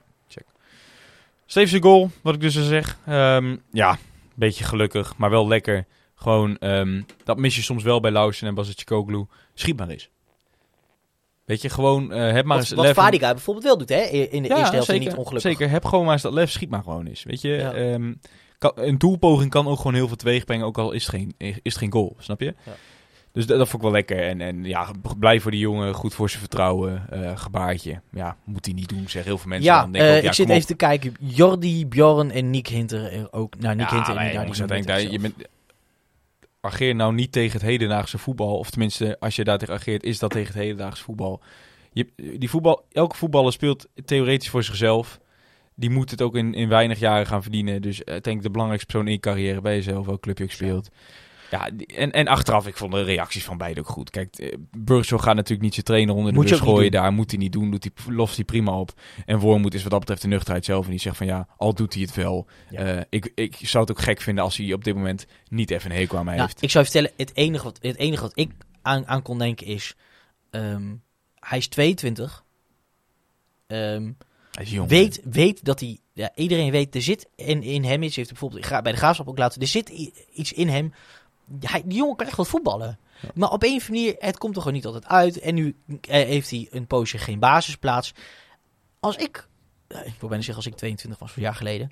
Stevense goal, wat ik dus al zeg. Ja, een beetje gelukkig, maar wel lekker. Gewoon, dat mis je soms wel bij Lausen en Basicoglu. Schiet maar eens. Weet je, gewoon heb maar eens Wat lef. Fadiga bijvoorbeeld wel doet, hè? In de eerste helft zeker, niet ongelukkig. Zeker, heb gewoon maar eens dat lef, schiet maar gewoon eens. Weet je, Ja. een doelpoging kan ook gewoon heel veel teweeg brengen, ook al is het geen goal, snap je? Ja. Dus dat vond ik wel lekker. En ja, blij voor die jongen, goed voor zijn vertrouwen, gebaartje. Ja, moet hij niet doen, zeggen heel veel mensen. Ja, dan denk ik, ook, ik zit kom op. even te kijken. Jordi, Bjorn en Nick Hinter er ook. Nou, Nick Hinter maar inderdaad. jongens, die doen uiteindelijk, het je ageer nou niet tegen het hedendaagse voetbal. Of tenminste, als je daar tegen ageert, is dat tegen het hedendaagse voetbal. Elke voetballer speelt theoretisch voor zichzelf. Die moet het ook in weinig jaren gaan verdienen. Dus denk de belangrijkste persoon in je carrière bij jezelf, welk club je ook speelt. Ja, en achteraf, ik vond de reacties van beide ook goed. Kijk, Burgzorg gaat natuurlijk niet zijn trainer onder de Moet je bus ook niet gooien. doen. Daar moet hij niet doen. Lost hij prima op. En Wormoed is wat dat betreft de nuchterheid zelf. En die zegt van ja, al doet hij het wel. Ja. Ik zou het ook gek vinden als hij op dit moment niet even een hekel aan mij Nou, heeft. ik zou je vertellen, het enige wat ik aan kon denken is... hij is 22. Hij is jong. Weet dat hij... Ja, iedereen weet, er zit in hem iets. Heeft bijvoorbeeld bij de Graafschap ook laten... Er zit iets in hem. Die jongen kan echt wel voetballen. Ja. Maar op een of andere manier, het komt er gewoon niet altijd uit. En nu heeft hij een poosje geen basisplaats. Als ik wil bijna zeggen als ik 22 was, van een jaar geleden.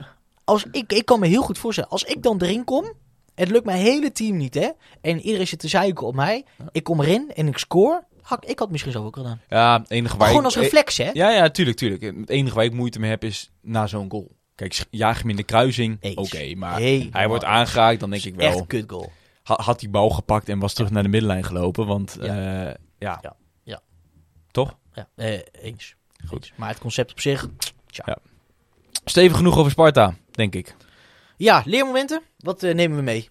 Ik kan me heel goed voorstellen, als ik dan erin kom... Het lukt mijn hele team niet, hè. En iedereen zit te zeiken op mij. Ik kom erin en ik score. Ik had misschien zo ook gedaan. Ja, het enige waar Gewoon ik- als reflex, hè. Ja, tuurlijk. Het enige waar ik moeite mee heb is na zo'n goal. Kijk, jaag hem in de kruising, Eens. oké, maar Helemaal hij wordt eens. aangeraakt, dan denk ik wel... Echt kut goal. Had die bal gepakt en was terug naar de middenlijn gelopen, want Ja. ja. Ja. Toch? Ja, eens. Goed. Eens. Maar het concept op zich... Ja. Stevig genoeg over Sparta, denk ik. Ja, leermomenten. Wat nemen we mee?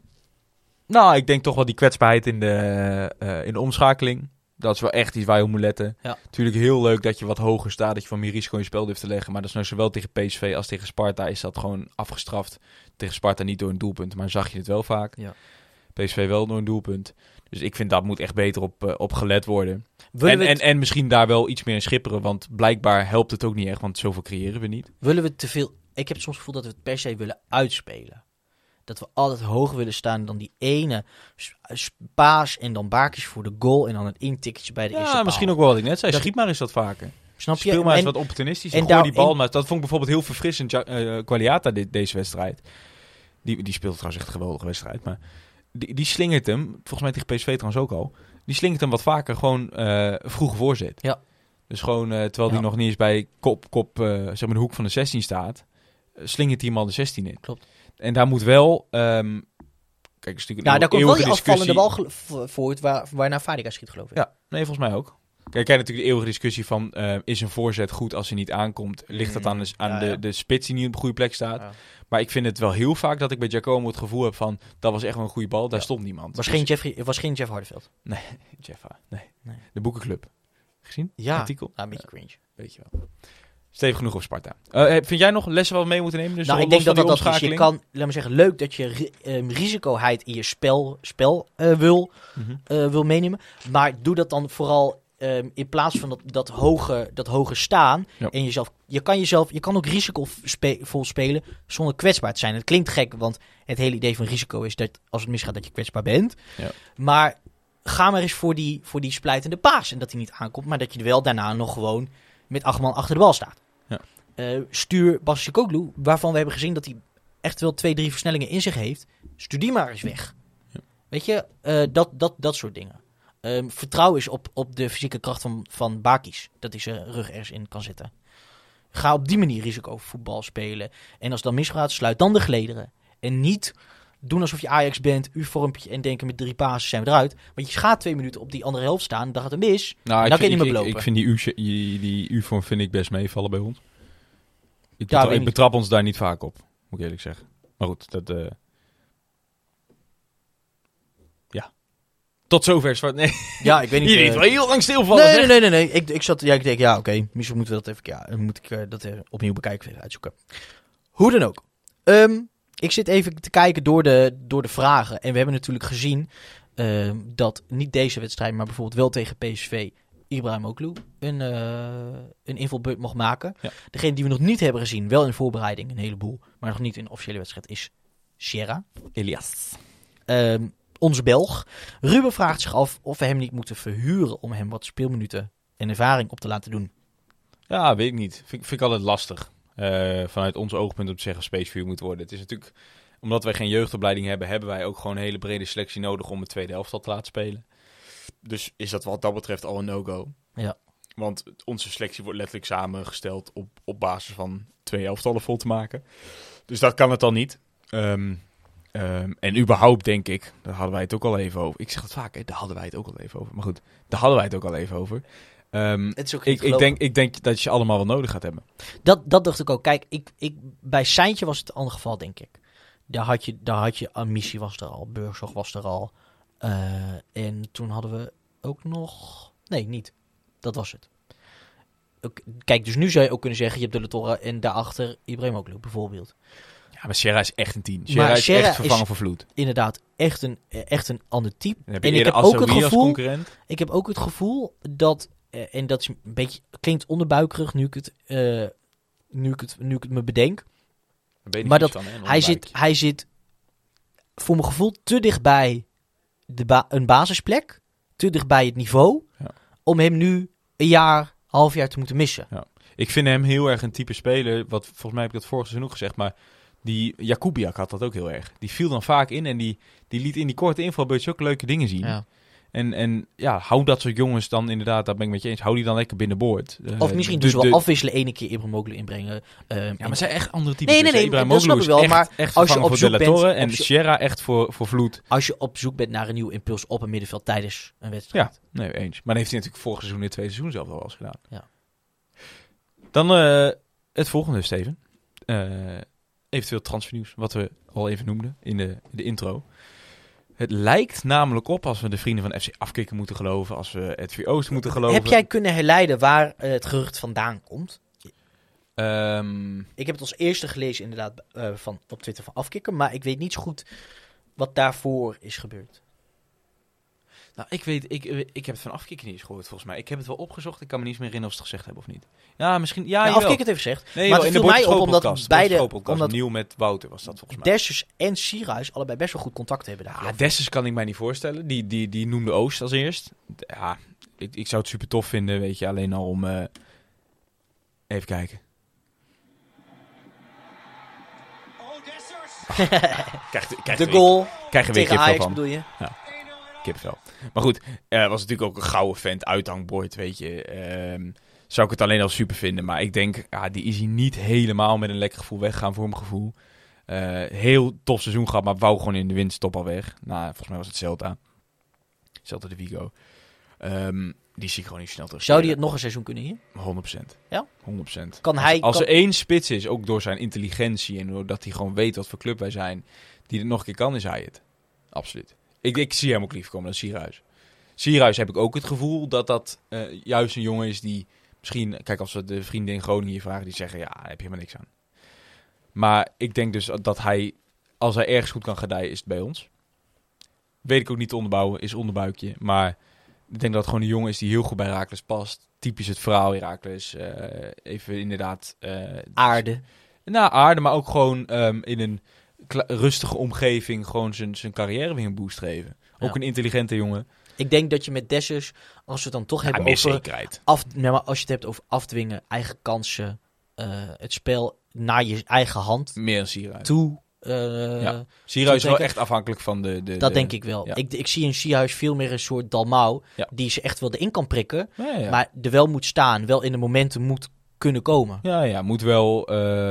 Nou, ik denk toch wel die kwetsbaarheid in de omschakeling. Dat is wel echt iets waar je op moet letten. Ja. Natuurlijk heel leuk dat je wat hoger staat, dat je van meer risico in je spel durft te leggen. Maar dat is nou zowel tegen PSV als tegen Sparta is dat gewoon afgestraft. Tegen Sparta niet door een doelpunt, maar zag je het wel vaak. Ja. PSV wel door een doelpunt. Dus ik vind dat moet echt beter op gelet worden. Willen we En misschien daar wel iets meer in schipperen, want blijkbaar helpt het ook niet echt, want zoveel creëren we niet. willen we te veel... Ik heb soms het gevoel dat we het per se willen uitspelen. Dat we altijd hoger willen staan dan die ene paas en dan baakjes voor de goal en dan het intikketje bij de eerste Ja, paal. misschien ook wel wat ik net zei. Dat- Schiet maar eens wat vaker. Snap je? Speel maar eens En- wat opportunistisch en en gooi daar- die bal. en- Maar dat vond ik bijvoorbeeld heel verfrissend. Qualiata deze wedstrijd. Die speelt trouwens echt een geweldige wedstrijd. Maar die slingert hem, volgens mij tegen PSV trouwens ook al. Die slingert hem wat vaker gewoon vroege voorzet. Ja. Dus gewoon, terwijl Ja. hij nog niet eens bij kop zeg maar de hoek van de 16 staat, slingert hij hem al de 16 in. Klopt. En daar moet wel... kijk, is natuurlijk Ja, een daar komt wel eeuwige die afvallende discussie. bal voort waarna Fadiga schiet, geloof ik. Ja, nee, volgens mij ook. Kijk, kijk natuurlijk de eeuwige discussie van... is een voorzet goed als hij niet aankomt? Ligt dat aan Ja. de spits die niet op de goede plek staat? Ja. Maar ik vind het wel heel vaak dat ik bij Giacomo het gevoel heb van... dat was echt wel een goede bal, daar Ja. stond niemand. Was Dus- geen Jeff Hardeveld. Jeffa, nee. Nee. De boekenclub. Gezien? Ja, Artikel? een beetje cringe. Weet je wel. Stevig genoeg op Sparta. Vind jij nog lessen wat we mee moeten nemen? Dus Nou, ik los denk van dat die dat is. Je omschakeling? kan, laat me zeggen, leuk dat je risicoheid in je spel wil meenemen. Maar doe dat dan vooral in plaats van dat hoge staan. Ja. En je kan ook risicovol spelen zonder kwetsbaar te zijn. Het klinkt gek, want het hele idee van risico is dat als het misgaat dat je kwetsbaar bent. Ja. Maar ga maar eens voor die splijtende paas en dat hij niet aankomt. Maar dat je er wel daarna nog gewoon met 8 man achter de bal staat. Ja. Stuur Basicoglu, waarvan we hebben gezien dat hij echt wel 2-3 versnellingen in zich heeft. Stuur die maar eens weg. Ja. Weet je, dat soort dingen. Vertrouw eens op de fysieke kracht van Bakis. Dat hij zijn rug ergens in kan zetten. Ga op die manier risicovoetbal spelen. En als het dan misgaat, sluit dan de gelederen. En niet doen alsof je Ajax bent, U-vormpje en denken met 3 pasen zijn we eruit. Want je gaat 2 minuten op die andere helft staan, dan gaat het mis. Nou, dan kun je niet meer ik belopen. vind die U-vorm vind ik best meevallen bij ons. Ik Ja, weet ik niet. betrap ons daar niet vaak op, moet ik eerlijk zeggen. Maar goed, dat... ja. Tot zover, Zwart. Nee, Ja, ik weet niet. hier is wel heel lang stilvallen. zeg. Nee. Ik denk, ja, oké. Misschien moeten we dat even... Ja, dan moet ik dat opnieuw bekijken, even uitzoeken. Hoe dan ook. Ik zit even te kijken door de vragen. En we hebben natuurlijk gezien dat niet deze wedstrijd, maar bijvoorbeeld wel tegen PSV... Ibrahimoglu een invalbeurt mocht maken. Ja. Degene die we nog niet hebben gezien, wel in voorbereiding, een heleboel, maar nog niet in de officiële wedstrijd, is Sierra. Elias. Onze Belg. Ruben vraagt zich af of we hem niet moeten verhuren om hem wat speelminuten en ervaring op te laten doen. Ja, weet ik niet. Vind ik altijd lastig. Vanuit ons oogpunt om te zeggen Space View moet worden. Het is natuurlijk, omdat wij geen jeugdopleiding hebben, hebben wij ook gewoon een hele brede selectie nodig om het tweede elftal te laten spelen. Dus is dat wat dat betreft al een no-go. Ja. Want onze selectie wordt letterlijk samengesteld op basis van 2 elftallen vol te maken. Dus dat kan het dan niet. En überhaupt denk ik, daar hadden wij het ook al even over. Ik zeg het vaak, hè, daar hadden wij het ook al even over. Maar goed, daar hadden wij het ook al even over. Het is ook niet ik denk dat je allemaal wel nodig gaat hebben. Dat dacht ik ook. Kijk, bij Seintje was het een ander geval, denk ik. Daar had je Amissi was er al, Burgzorg was er al. En toen hadden we ook nog... Nee, niet. Dat was het. Kijk, dus nu zou je ook kunnen zeggen, je hebt De La Torre en daarachter Ibrahimoglu bijvoorbeeld. Ja, maar Sierra is echt een 10. Maar Sierra is echt vervangen voor Vloed. Inderdaad, echt een ander type. Dan heb je En ik eerder heb ook het Assouri als gevoel... concurrent. Ik heb ook het gevoel dat, en dat is een beetje, klinkt onderbuikerig nu ik het me bedenk. Maar dat hij zit voor mijn gevoel te dichtbij een basisplek, te dichtbij het niveau, om hem nu een half jaar te moeten missen. Ja. Ik vind hem heel erg een type speler, wat volgens mij heb ik dat vorig seizoen ook gezegd, maar die Jakubiak had dat ook heel erg. Die viel dan vaak in en die liet in die korte invalbeurtjes ook leuke dingen zien. Ja. En ja, hou dat soort jongens dan inderdaad, daar ben ik met je eens, hou die dan lekker binnenboord. Of misschien dus wel afwisselen, ene keer Ibrahimoglu inbrengen. Ja, maar het zijn echt andere types. Nee, dat snap ik wel. Maar echt als je vervangen op voor zoek De La Torre bent... en Sierra echt voor Vloed. Als je op zoek bent naar een nieuw impuls op een middenveld tijdens een wedstrijd. Ja, nee, eens. Maar dat heeft hij natuurlijk vorig seizoen in het tweede seizoen zelf al wel eens gedaan. Ja. Dan het volgende, Steven. Eventueel transfernieuws, wat we al even noemden in de intro. Het lijkt namelijk op, als we de vrienden van FC Afkikken moeten geloven, als we het VO's moeten geloven. Heb jij kunnen herleiden waar het gerucht vandaan komt? Ik heb het als eerste gelezen inderdaad op Twitter van Afkikken, maar ik weet niet zo goed wat daarvoor is gebeurd. Nou, ik heb het van Afkikken niet eens gehoord volgens mij. Ik heb het wel opgezocht, ik kan me niet meer herinneren of ze het gezegd hebben of niet. Ja, misschien, ja, Afkikken het heeft gezegd. Nee, maar wel, het in de viel mij op omdat beide, omdat Nieuw met Wouter was dat volgens mij. Dessers en Sierhuis allebei best wel goed contact hebben daar. Ja, Dessers kan ik mij niet voorstellen. Die noemde Oost als eerst. Ja, ik zou het super tof vinden, weet je, alleen al om... even kijken. Krijg de goal krijgen we weer tegen Ajax van. bedoel je? Ja, kippenvel. Maar goed, was natuurlijk ook een gouden vent, uithangbord, weet je. Zou ik het alleen al super vinden. Maar ik denk, die is hier niet helemaal met een lekker gevoel weggaan voor mijn gevoel. Heel tof seizoen gehad, maar wou gewoon in de winterstop al weg. Nou, volgens mij was het Celta de Vigo. Die zie ik gewoon niet snel terug. Zou die het nog een seizoen kunnen hier? 100%. Ja? 100%. Als er één spits is, ook door zijn intelligentie en doordat hij gewoon weet wat voor club wij zijn, die het nog een keer kan, is hij het. Absoluut. Ik zie hem ook liever komen dan Sierhuis. Sierhuis heb ik ook het gevoel dat juist een jongen is die misschien... Kijk, als we de vrienden in Groningen hier vragen, die zeggen, ja, daar heb je helemaal niks aan. Maar ik denk dus dat hij, als hij ergens goed kan gedijen, is het bij ons. Weet ik ook niet te onderbouwen, is onderbuikje. Maar ik denk dat het gewoon een jongen is die heel goed bij Heracles past. Typisch het verhaal Heracles. Even inderdaad... aarde. Nou, aarde, maar ook gewoon in een rustige omgeving gewoon zijn carrière weer een boost geven. Ook een intelligente jongen. Ik denk dat je met Dessers, als we het dan toch hebben over... zekerheid. Maar als je het hebt over afdwingen, eigen kansen, het spel naar je eigen hand meer dan Sierhuis toe. Sierhuis is wel echt afhankelijk van dat denk ik wel. Ja. Ik zie in Sierhuis veel meer een soort Dalmau, die ze echt wel erin kan prikken, maar er wel moet staan, wel in de momenten moet kunnen komen. Ja, moet wel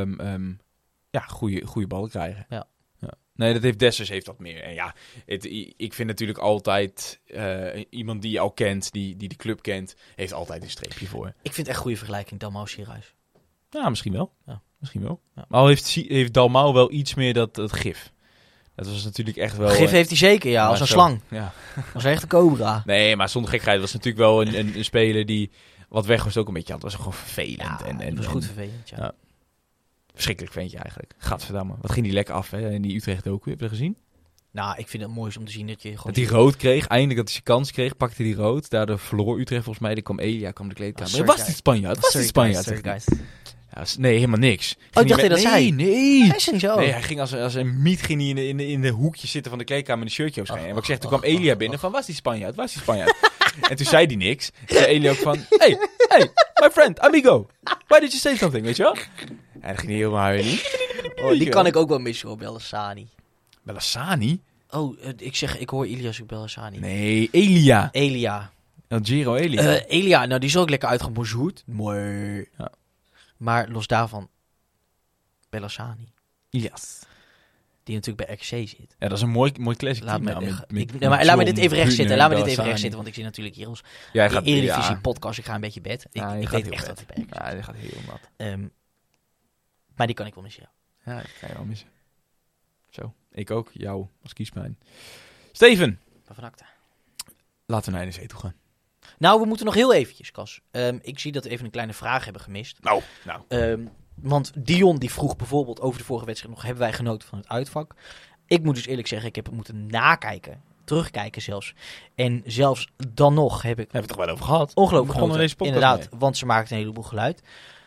goede ballen krijgen. Ja. Nee, Dessers heeft dat meer. En ja, ik vind natuurlijk altijd iemand die je al kent, die de club kent, heeft altijd een streepje voor. Ik vind het echt goede vergelijking, Dalmau Sierhuis. Ja, misschien wel. Ja. Misschien wel. Ja. Maar al heeft Dalmau wel iets meer dat gif. Dat was natuurlijk echt wel... Gif heeft hij zeker, ja, als een slang. Ja. Als echt een cobra. Nee, maar zonder gekheid was natuurlijk wel een speler die wat weg was ook een beetje had. Was gewoon vervelend. Ja, dat was goed vervelend, ja. Verschrikkelijk ventje eigenlijk. Gadverdamme. Wat ging die lekker af, hè? In die Utrecht ook. Heb je gezien? Nou, ik vind het mooi om te zien dat je gewoon... Dat hij rood kreeg, eindelijk dat hij zijn kans kreeg, pakte hij rood. Daardoor verloor Utrecht volgens mij. Er kwam Elia, kwam de kleedkamer. sorry, Was guys. die Spanjaard? Was die Spanjaard? Sorry, guys. Ja, nee, helemaal niks. Oh, ik dacht dat zei. Nee. Hij is er niet zo. Nee, hij ging als een miet ging hij in de hoekjes zitten van de kleedkamer in een shirtje opschijnen. En wat ik zeg, toen kwam Elia binnen van, was die Spanjaard? Was die Spanjaard? En toen zei hij niks. Toen zei Elia ook van, hey, my friend, amigo. Why did you say something, weet je wel? En dan ging hij helemaal huilen. Oh, die kan ik ook wel missen, hoor, Bellassani. Bellassani? Oh, ik hoor Ilias ook Bellassani. Nee, Elia. Elia. El Giro Elia. Elia, nou die is ook lekker uitgebonjourd. Mooi. Ja. Maar los daarvan, Bellassani. Ilias. Die natuurlijk bij RKC zit. Ja, dat is een mooi classic Laat team. me, maar laat me dit even recht zitten. Want ik zie natuurlijk hier ons Jij gaat Eredivisie podcast. Ik ga een beetje bed. Ik weet echt dat het bij RKC Ja, die gaat heel nat. maar die kan ik wel missen. Ja, die ga je wel missen. Zo, ik ook. Jou als kiespijn. Steven, Van acte. laten we naar NEC toe gaan. Nou, we moeten nog heel eventjes, Cas. Ik zie dat we even een kleine vraag hebben gemist. Nou. Want Dion die vroeg bijvoorbeeld over de vorige wedstrijd nog... hebben wij genoten van het uitvak? Ik moet dus eerlijk zeggen, ik heb het moeten nakijken. Terugkijken zelfs. En zelfs dan nog heb ik... Hebben we het toch wel over gehad? Ongelooflijk begonnen genoten. deze podcast Inderdaad, want ze maakten een heleboel geluid.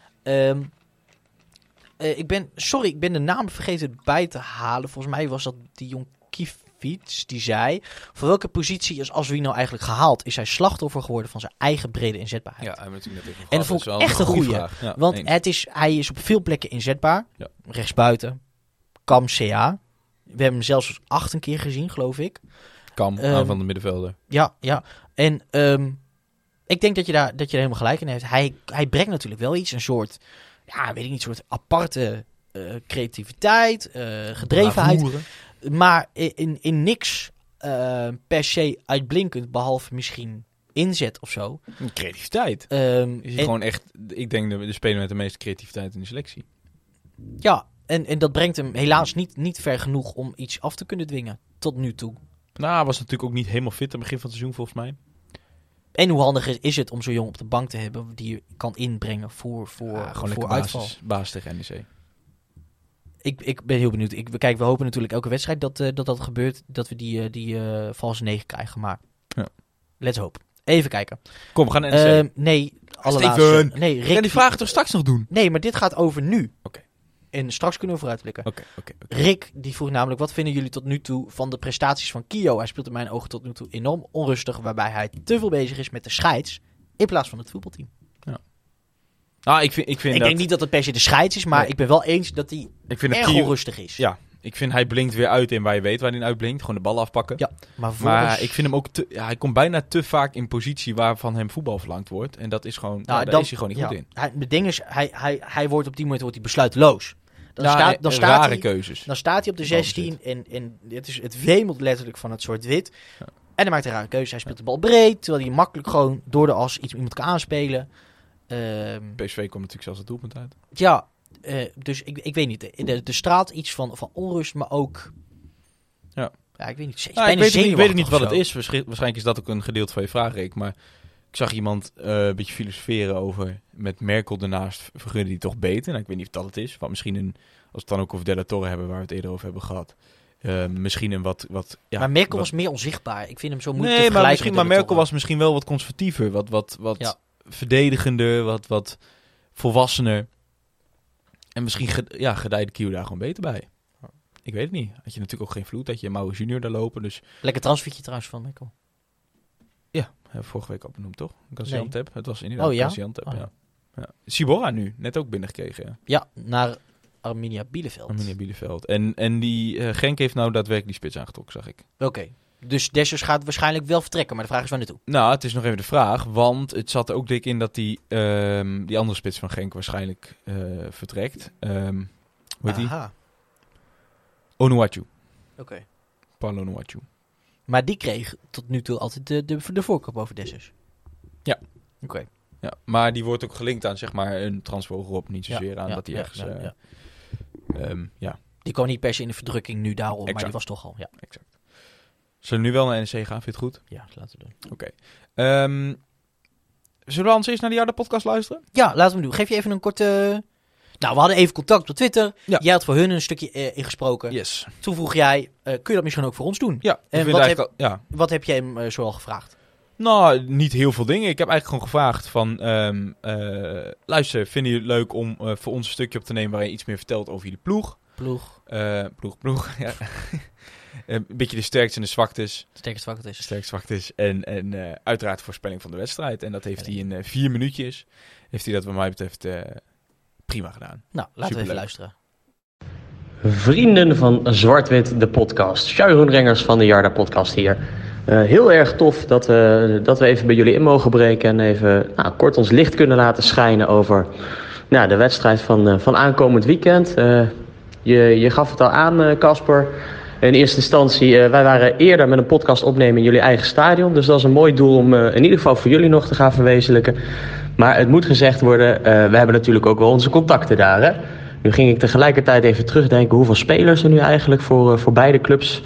Ik ben de naam vergeten bij te halen. Volgens mij was dat Dion Kievits die zei... voor welke positie is Aswi nou eigenlijk gehaald? Is hij slachtoffer geworden van zijn eigen brede inzetbaarheid? Ja, hebben we natuurlijk net even En dat vond ik echt een goeie. Ja, Want eens. hij is op veel plekken inzetbaar. Ja. Rechtsbuiten. Kam CA. We hebben hem zelfs 8 keer gezien, geloof ik. Kam, aan van de middenvelder. Ja. En ik denk dat je daar helemaal gelijk in hebt. Hij brengt natuurlijk wel iets. Een soort, soort aparte creativiteit, gedrevenheid. Bravoure. Maar in niks per se uitblinkend, behalve misschien inzet of zo. Creativiteit. Is hij gewoon echt, ik denk de speler met de meeste creativiteit in de selectie. Ja, en dat brengt hem helaas niet ver genoeg om iets af te kunnen dwingen. Tot nu toe. Nou, hij was natuurlijk ook niet helemaal fit aan het begin van het seizoen volgens mij. En hoe handig is het om zo'n jong op de bank te hebben die je kan inbrengen voor uitval. Basis tegen NEC. Ik ben heel benieuwd. We hopen natuurlijk elke wedstrijd dat gebeurt. Dat we die valse 9 krijgen. Maar let's hope. Even kijken. Kom, we gaan naar NEC. Nee, Steven! Nee, Rick, Ga die vraag toch straks nog doen? Nee, maar dit gaat over nu. Oké. En straks kunnen we vooruitblikken. Oké. Rick, die vroeg namelijk... wat vinden jullie tot nu toe van de prestaties van Kio? Hij speelt in mijn ogen tot nu toe enorm onrustig... waarbij hij te veel bezig is met de scheids... in plaats van het voetbalteam. Ja. Nou, ik denk niet dat het per se de scheids is... maar Nee. ik ben wel eens dat hij erg onrustig is. Ja, ik vind hij blinkt weer uit in waar je weet waar hij uitblinkt. Gewoon de bal afpakken. Ja, maar ik vind hem ook hij komt bijna te vaak in positie waarvan hem voetbal verlangd wordt. En dat is gewoon, daar is hij gewoon niet goed in. Het ding is, hij wordt op die moment besluiteloos. Rare keuzes. Dan staat hij op de 16 en het wemelt letterlijk van het soort wit. Ja. En hij maakt een rare keuze. Hij speelt de bal breed, terwijl hij makkelijk gewoon door de as iemand kan aanspelen. PSV komt natuurlijk zelfs het doelpunt uit. Ja, dus ik weet niet. Er straalt iets van onrust, maar ook... Ja, ik weet niet. Ik weet niet wat het is. Waarschijnlijk is dat ook een gedeelte van je vraag, Rick. Maar ik zag iemand een beetje filosoferen over... met Merkel ernaast vergunde die toch beter. Nou, ik weet niet of dat het is. Want misschien als we het dan ook over Della Torre hebben... waar we het eerder over hebben gehad... misschien een wat maar Merkel was meer onzichtbaar. Ik vind hem zo moeilijk te vergelijken. Maar Merkel was misschien wel wat conservatiever. Wat verdedigender. Wat volwassener. En misschien gedijde Kio daar gewoon beter bij. Ik weet het niet. Had je natuurlijk ook geen vloed. Had je Mouwe Junior daar lopen. Dus... Lekker transfertje trouwens van Merkel. Ja, hebben we vorige week al benoemd, toch? Gaziantep. Het was inderdaad Gaziantep, ja. Sibora nu, net ook binnengekregen. Ja, naar Arminia Bielefeld. En die Genk heeft nou daadwerkelijk die spits aangetrokken, zag ik. Oké. Dus Dessers gaat waarschijnlijk wel vertrekken, maar de vraag is waar naartoe. Nou, het is nog even de vraag, want het zat er ook dik in dat die andere spits van Genk waarschijnlijk vertrekt. Hoe heet die? Onuachu. Oké. Paulo Onuachu. Maar die kreeg tot nu toe altijd de voorkeur boven Dessers. Ja. Oké. Ja, maar die wordt ook gelinkt aan zeg maar een transfer hogerop, niet zozeer aan dat hij ergens... Die kwam niet per se in de verdrukking nu daarom, exact. maar die was toch al, ja. Exact. Zullen we nu wel naar NEC gaan? Vind je het goed? Ja, laten we doen. Oké. Zullen we anders eerst naar die harde podcast luisteren? Ja, laten we doen. Geef je even een korte... Nou, we hadden even contact op Twitter. Ja. Jij had voor hun een stukje ingesproken. Yes. Toen vroeg jij, kun je dat misschien ook voor ons doen? Ja, En wat heb jij hem zoal gevraagd? Nou, niet heel veel dingen. Ik heb eigenlijk gewoon gevraagd van... luister, vinden jullie het leuk om voor ons een stukje op te nemen... waarin je iets meer vertelt over jullie ploeg? Ploeg. Ja. Een beetje de sterktes en de zwaktes. Zwaktes. En uiteraard voorspelling van de wedstrijd. En dat heeft hij in 4 minuutjes. Heeft hij dat wat mij betreft prima gedaan. Nou, laten we even luisteren. Vrienden van Zwart-Wit, de podcast. Sjaureen Rengers van de Jarda podcast hier. Heel erg tof dat we even bij jullie in mogen breken... en even kort ons licht kunnen laten schijnen over de wedstrijd van aankomend weekend. Je gaf het al aan, Casper. In eerste instantie, wij waren eerder met een podcast opnemen in jullie eigen stadion. Dus dat is een mooi doel om in ieder geval voor jullie nog te gaan verwezenlijken. Maar het moet gezegd worden, we hebben natuurlijk ook wel onze contacten daar. Hè? Nu ging ik tegelijkertijd even terugdenken hoeveel spelers er nu eigenlijk voor beide clubs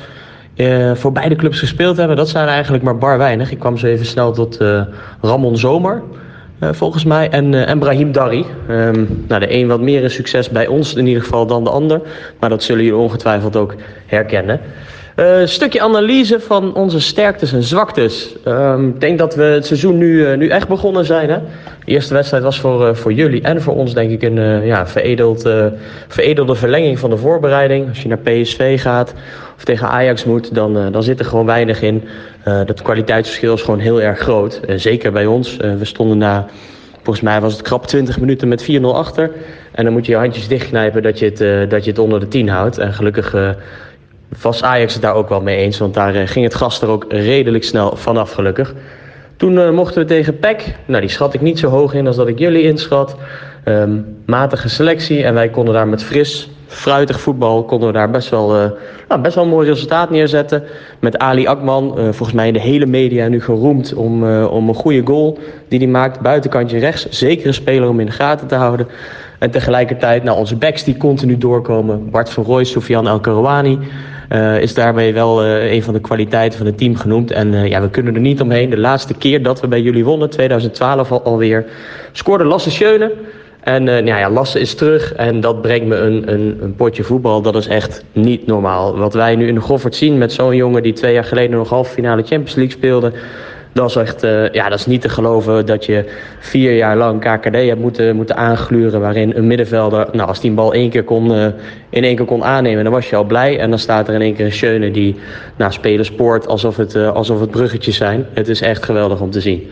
gespeeld hebben. Dat zijn er eigenlijk maar bar weinig. Ik kwam zo even snel tot Ramon Zomer, volgens mij, en Brahim Darri. De een wat meer een succes bij ons in ieder geval dan de ander. Maar dat zullen jullie ongetwijfeld ook herkennen. Een stukje analyse van onze sterktes en zwaktes. Ik denk dat we het seizoen nu echt begonnen zijn. Hè? De eerste wedstrijd was voor jullie en voor ons denk ik een veredelde verlenging van de voorbereiding. Als je naar PSV gaat of tegen Ajax moet, dan zit er gewoon weinig in. Dat kwaliteitsverschil is gewoon heel erg groot. Zeker bij ons. We stonden volgens mij was het krap 20 minuten met 4-0 achter. En dan moet je je handjes dichtknijpen dat je het onder de 10 houdt. En gelukkig... was Ajax het daar ook wel mee eens, want daar ging het gas er ook redelijk snel vanaf gelukkig. Toen mochten we tegen PEC. Nou, die schat ik niet zo hoog in als dat ik jullie inschat. Matige selectie en wij konden daar met fris, fruitig voetbal... konden we daar best wel een mooi resultaat neerzetten. Met Ali Akman, volgens mij in de hele media nu geroemd om een goede goal die hij maakt. Buitenkantje rechts, zeker een speler om in de gaten te houden. En tegelijkertijd, onze backs die continu doorkomen. Bart van Rooij, Soufiane El Karouani... is daarmee wel een van de kwaliteiten van het team genoemd. En we kunnen er niet omheen. De laatste keer dat we bij jullie wonnen, 2012 alweer, scoorde Lasse Schöne. En Lasse is terug en dat brengt me een potje voetbal. Dat is echt niet normaal. Wat wij nu in de Goffert zien met zo'n jongen die 2 jaar geleden nog halve finale Champions League speelde... Dat is echt, dat is niet te geloven dat je 4 jaar lang KKD hebt moeten aangluren... waarin een middenvelder, als die een bal in één keer kon aannemen... dan was je al blij. En dan staat er in één keer een Schöne die spelen spoort alsof het bruggetjes zijn. Het is echt geweldig om te zien.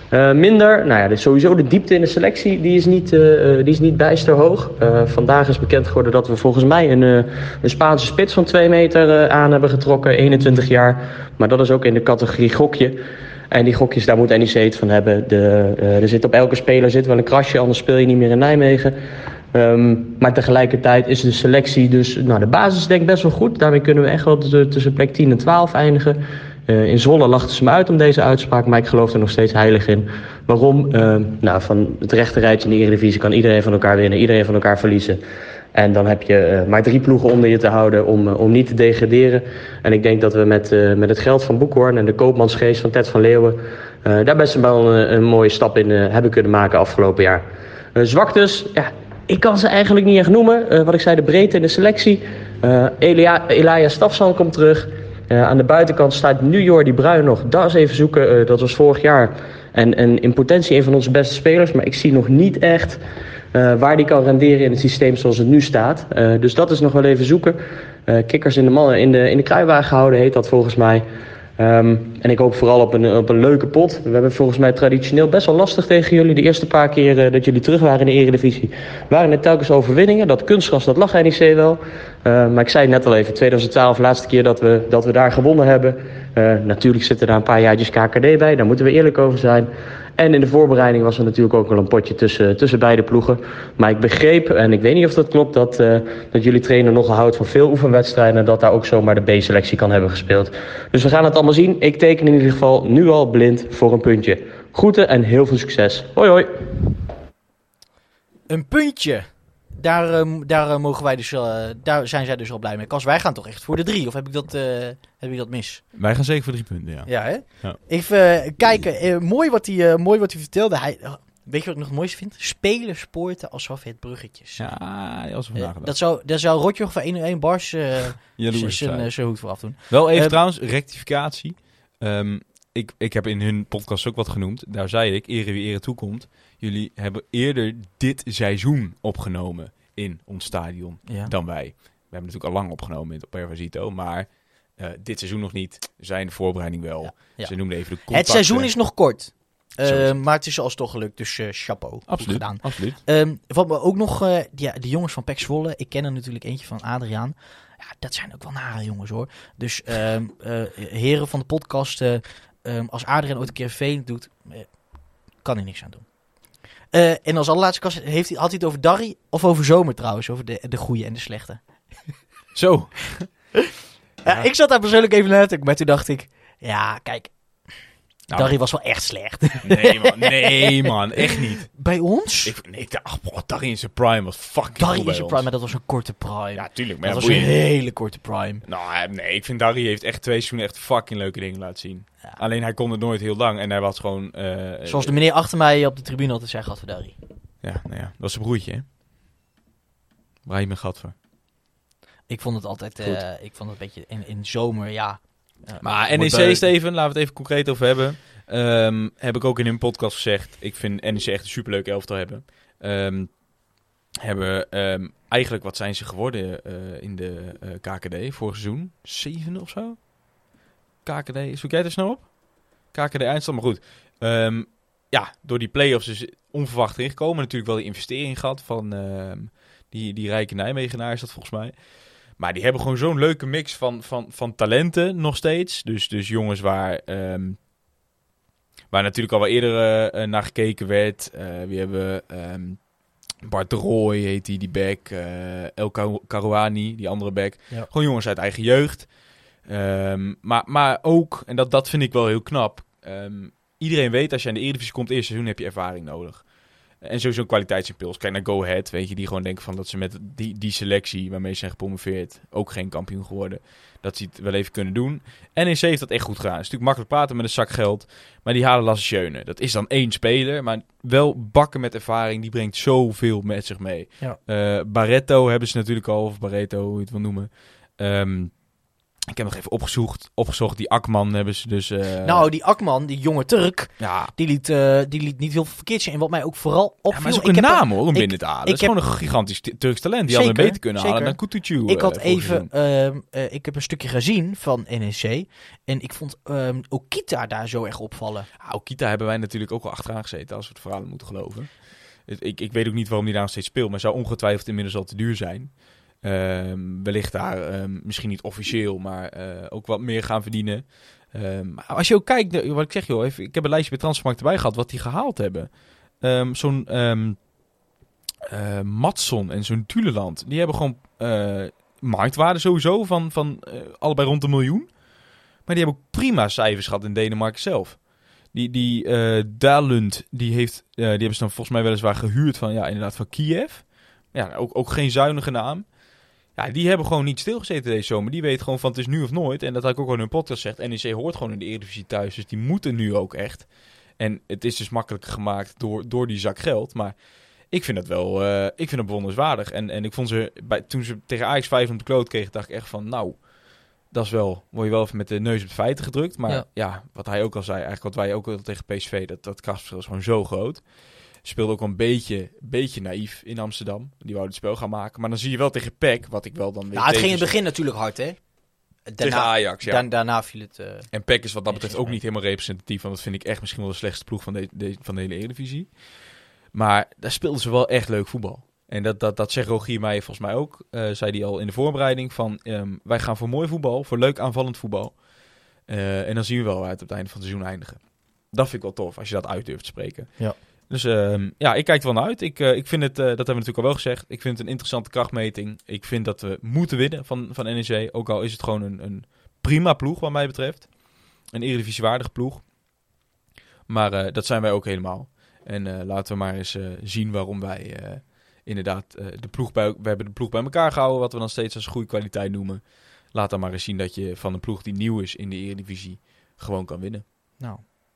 Dus sowieso de diepte in de selectie, die is niet bijster hoog. Vandaag is bekend geworden dat we volgens mij een Spaanse spits van 2 meter aan hebben getrokken, 21 jaar. Maar dat is ook in de categorie gokje. En die gokjes, daar moet NEC het van hebben. Er zit op elke speler wel een krasje, anders speel je niet meer in Nijmegen. Maar tegelijkertijd is de selectie dus, de basis denk ik best wel goed. Daarmee kunnen we echt wel tussen plek 10 en 12 eindigen. In Zwolle lachten ze me uit om deze uitspraak, maar ik geloof er nog steeds heilig in. Waarom? Van het rechte rijtje in de Eredivisie kan iedereen van elkaar winnen, iedereen van elkaar verliezen. En dan heb je maar 3 ploegen onder je te houden om niet te degraderen. En ik denk dat we met het geld van Boekhoorn en de koopmansgeest van Ted van Leeuwen... daar best wel een mooie stap in hebben kunnen maken afgelopen jaar. Zwaktes, ik kan ze eigenlijk niet echt noemen. Wat ik zei, de breedte in de selectie. Elia Stafsan komt terug. Aan de buitenkant staat nu Jordi Bruin nog. Dat is even zoeken, dat was vorig jaar. En in potentie een van onze beste spelers. Maar ik zie nog niet echt waar die kan renderen in het systeem zoals het nu staat. Dus dat is nog wel even zoeken. Kikkers in de kruiwagen gehouden heet dat volgens mij. En ik hoop vooral op een leuke pot. We hebben volgens mij traditioneel best wel lastig tegen jullie. De eerste paar keer dat jullie terug waren in de Eredivisie waren het telkens overwinningen. Dat kunstgras, dat lag NEC wel. Maar ik zei het net al even, 2012 laatste keer dat we daar gewonnen hebben. Natuurlijk zitten daar een paar jaartjes KKD bij, daar moeten we eerlijk over zijn. En in de voorbereiding was er natuurlijk ook wel een potje tussen beide ploegen. Maar ik begreep, en ik weet niet of dat klopt, dat jullie trainer nogal houdt van veel oefenwedstrijden en dat daar ook zomaar de B-selectie kan hebben gespeeld. Dus we gaan het allemaal zien. Ik teken in ieder geval nu al blind voor een puntje. Groeten en heel veel succes. Hoi hoi. Een puntje. Daar mogen wij dus, daar zijn zij dus al blij mee. Kas, wij gaan toch echt voor de 3? Of heb ik dat mis? Wij gaan zeker voor 3 punten, ja. Ja, hè? Ja. Even kijken. Mooi wat hij vertelde. Weet je wat ik nog het mooiste vind? Spelers sporten alsof het bruggetjes. Ja, die was er vandaag Daar zou Rotjoch van 101 Bars jaloers zijn. zijn hoed voor afdoen. Wel even trouwens, rectificatie. Ik heb in hun podcast ook wat genoemd. Daar zei ik, ere wie ere toekomt. Jullie hebben eerder dit seizoen opgenomen in ons stadion dan wij. We hebben natuurlijk al lang opgenomen op Pervasito, maar dit seizoen nog niet. Zijn de voorbereiding wel. Ja, ja. Ze noemden even de contacten. Het seizoen is nog kort. Maar het is alsnog gelukt, dus chapeau. Absoluut, goed gedaan. absoluut. Wat me ook nog, de jongens van PEC Zwolle, ik ken er natuurlijk eentje van Adriaan. Ja, dat zijn ook wel nare jongens hoor. Dus heren van de podcast, als Adriaan ooit een keer een veling doet, kan hij niks aan doen. En als allerlaatste kast had hij het over Darry of over Zomer trouwens, over de goede en de slechte. Zo. Ja. Ik zat daar persoonlijk even naar te kijken, maar toen dacht ik, ja kijk, Darry was wel echt slecht. Nee man, echt niet. Bij ons? Darry in zijn prime was fucking Darry goed in zijn prime, maar dat was een korte prime. Ja, tuurlijk. Maar dat was een hele korte prime. Nou, nee, ik vind Darry heeft echt 2 seizoenen echt fucking leuke dingen laten zien. Ja. Alleen hij kon het nooit heel lang en hij was gewoon... Zoals de meneer achter mij op de tribune altijd zei, Gadver Darry. Ja, nou ja, dat was zijn broertje, hè? Brahim en Gadver. Ik vond het altijd, ik vond het een beetje in zomer, ja. Maar NEC, Steven, laten we het even concreet over hebben. Heb ik ook in een podcast gezegd. Ik vind NEC echt een superleuke elftal hebben. Eigenlijk, wat zijn ze geworden in de KKD vorig seizoen? 7e of zo? KKD, zoek jij er snel op? KKD eindstand, maar goed. Door die play-offs is onverwacht erin gekomen. Natuurlijk wel die investering gehad van die rijke Nijmegenaar is dat volgens mij. Maar die hebben gewoon zo'n leuke mix van talenten nog steeds. Dus jongens waar natuurlijk al wel eerder naar gekeken werd. We hebben Bart de Rooij, heet die back. El Karouani, die andere back. Ja. Gewoon jongens uit eigen jeugd. Maar ook, en dat vind ik wel heel knap. Iedereen weet, als je aan de Eredivisie komt, eerste seizoen heb je ervaring nodig. En sowieso kwaliteitsimpuls. Kijk naar Go Ahead, weet je, die gewoon denken van dat ze met die selectie waarmee ze zijn gepromoveerd ook geen kampioen geworden. Dat ze het wel even kunnen doen. NEC heeft dat echt goed gedaan. Het is natuurlijk makkelijk praten met een zak geld, maar die halen Lasse Schöne. Dat is dan 1 speler, maar wel bakken met ervaring. Die brengt zoveel met zich mee. Ja. Barreto hebben ze natuurlijk al, of Barreto, hoe je het wil noemen. Ik heb nog even opgezocht. Die Akman hebben ze dus... die Akman, die jonge Turk, die liet niet heel veel verkeerd zijn. En wat mij ook vooral opviel... Ja, maar is ook een naam hoor, om binnen te halen. Het is gewoon een gigantisch Turks talent. Die hadden beter kunnen halen dan Kutucu. Ik had ik heb een stukje gezien van NEC. En ik vond Okita daar zo erg opvallen. Okita hebben wij natuurlijk ook al achteraan gezeten, als we het verhaal moeten geloven. Ik weet ook niet waarom die daar nog steeds speelt, maar zou ongetwijfeld inmiddels al te duur zijn. Wellicht daar misschien niet officieel, maar ook wat meer gaan verdienen. Als je ook kijkt, wat ik zeg joh, ik heb een lijstje bij Transfermarkt erbij gehad wat die gehaald hebben. Zo'n Madsson en zo'n Tuleland, die hebben gewoon marktwaarde sowieso van allebei rond 1 miljoen. Maar die hebben ook prima cijfers gehad in Denemarken zelf. Die Dalund, die hebben ze dan volgens mij weliswaar gehuurd van Kiev. Ja, ook geen zuinige naam. Ja, die hebben gewoon niet stilgezeten deze zomer. Die weten gewoon van het is nu of nooit. En dat had ik ook al in hun podcast gezegd. NEC hoort gewoon in de Eredivisie thuis. Dus die moeten nu ook echt. En het is dus makkelijker gemaakt door die zak geld. Maar ik vind dat wel bewonderenswaardig. En ik vond ze, toen ze tegen Ajax 5 op de kloot kregen, dacht ik echt van nou, dat is wel, word je wel even met de neus op de feiten gedrukt. Maar ja, wat hij ook al zei, eigenlijk wat wij ook al tegen PSV, dat krachtverschil is gewoon zo groot. Speelde ook wel een beetje naïef in Amsterdam. Die wouden het spel gaan maken. Maar dan zie je wel tegen PEC, wat ik wel dan weet. Nou, het ging in het begin natuurlijk hard, hè? Tegen Ajax, ja. Daarna viel het... En PEC is wat dat betreft ook niet helemaal representatief. Want dat vind ik echt misschien wel de slechtste ploeg van de hele Eredivisie. Maar daar speelden ze wel echt leuk voetbal. En dat zegt Rogier Meijer volgens mij ook. Zei hij al in de voorbereiding van... wij gaan voor mooi voetbal, voor leuk aanvallend voetbal. En dan zien we wel uit op het einde van het seizoen eindigen. Dat vind ik wel tof, als je dat uit durft te spreken. Ja. Dus ik kijk er wel naar uit. Ik vind het, dat hebben we natuurlijk al wel gezegd, ik vind het een interessante krachtmeting. Ik vind dat we moeten winnen van NEC. Ook al is het gewoon een prima ploeg wat mij betreft. Een eredivisiewaardige ploeg. Maar dat zijn wij ook helemaal. En laten we maar eens zien waarom wij inderdaad we hebben de ploeg bij elkaar gehouden. Wat we dan steeds als goede kwaliteit noemen. Laat dan maar eens zien dat je van een ploeg die nieuw is in de Eredivisie gewoon kan winnen. Nou.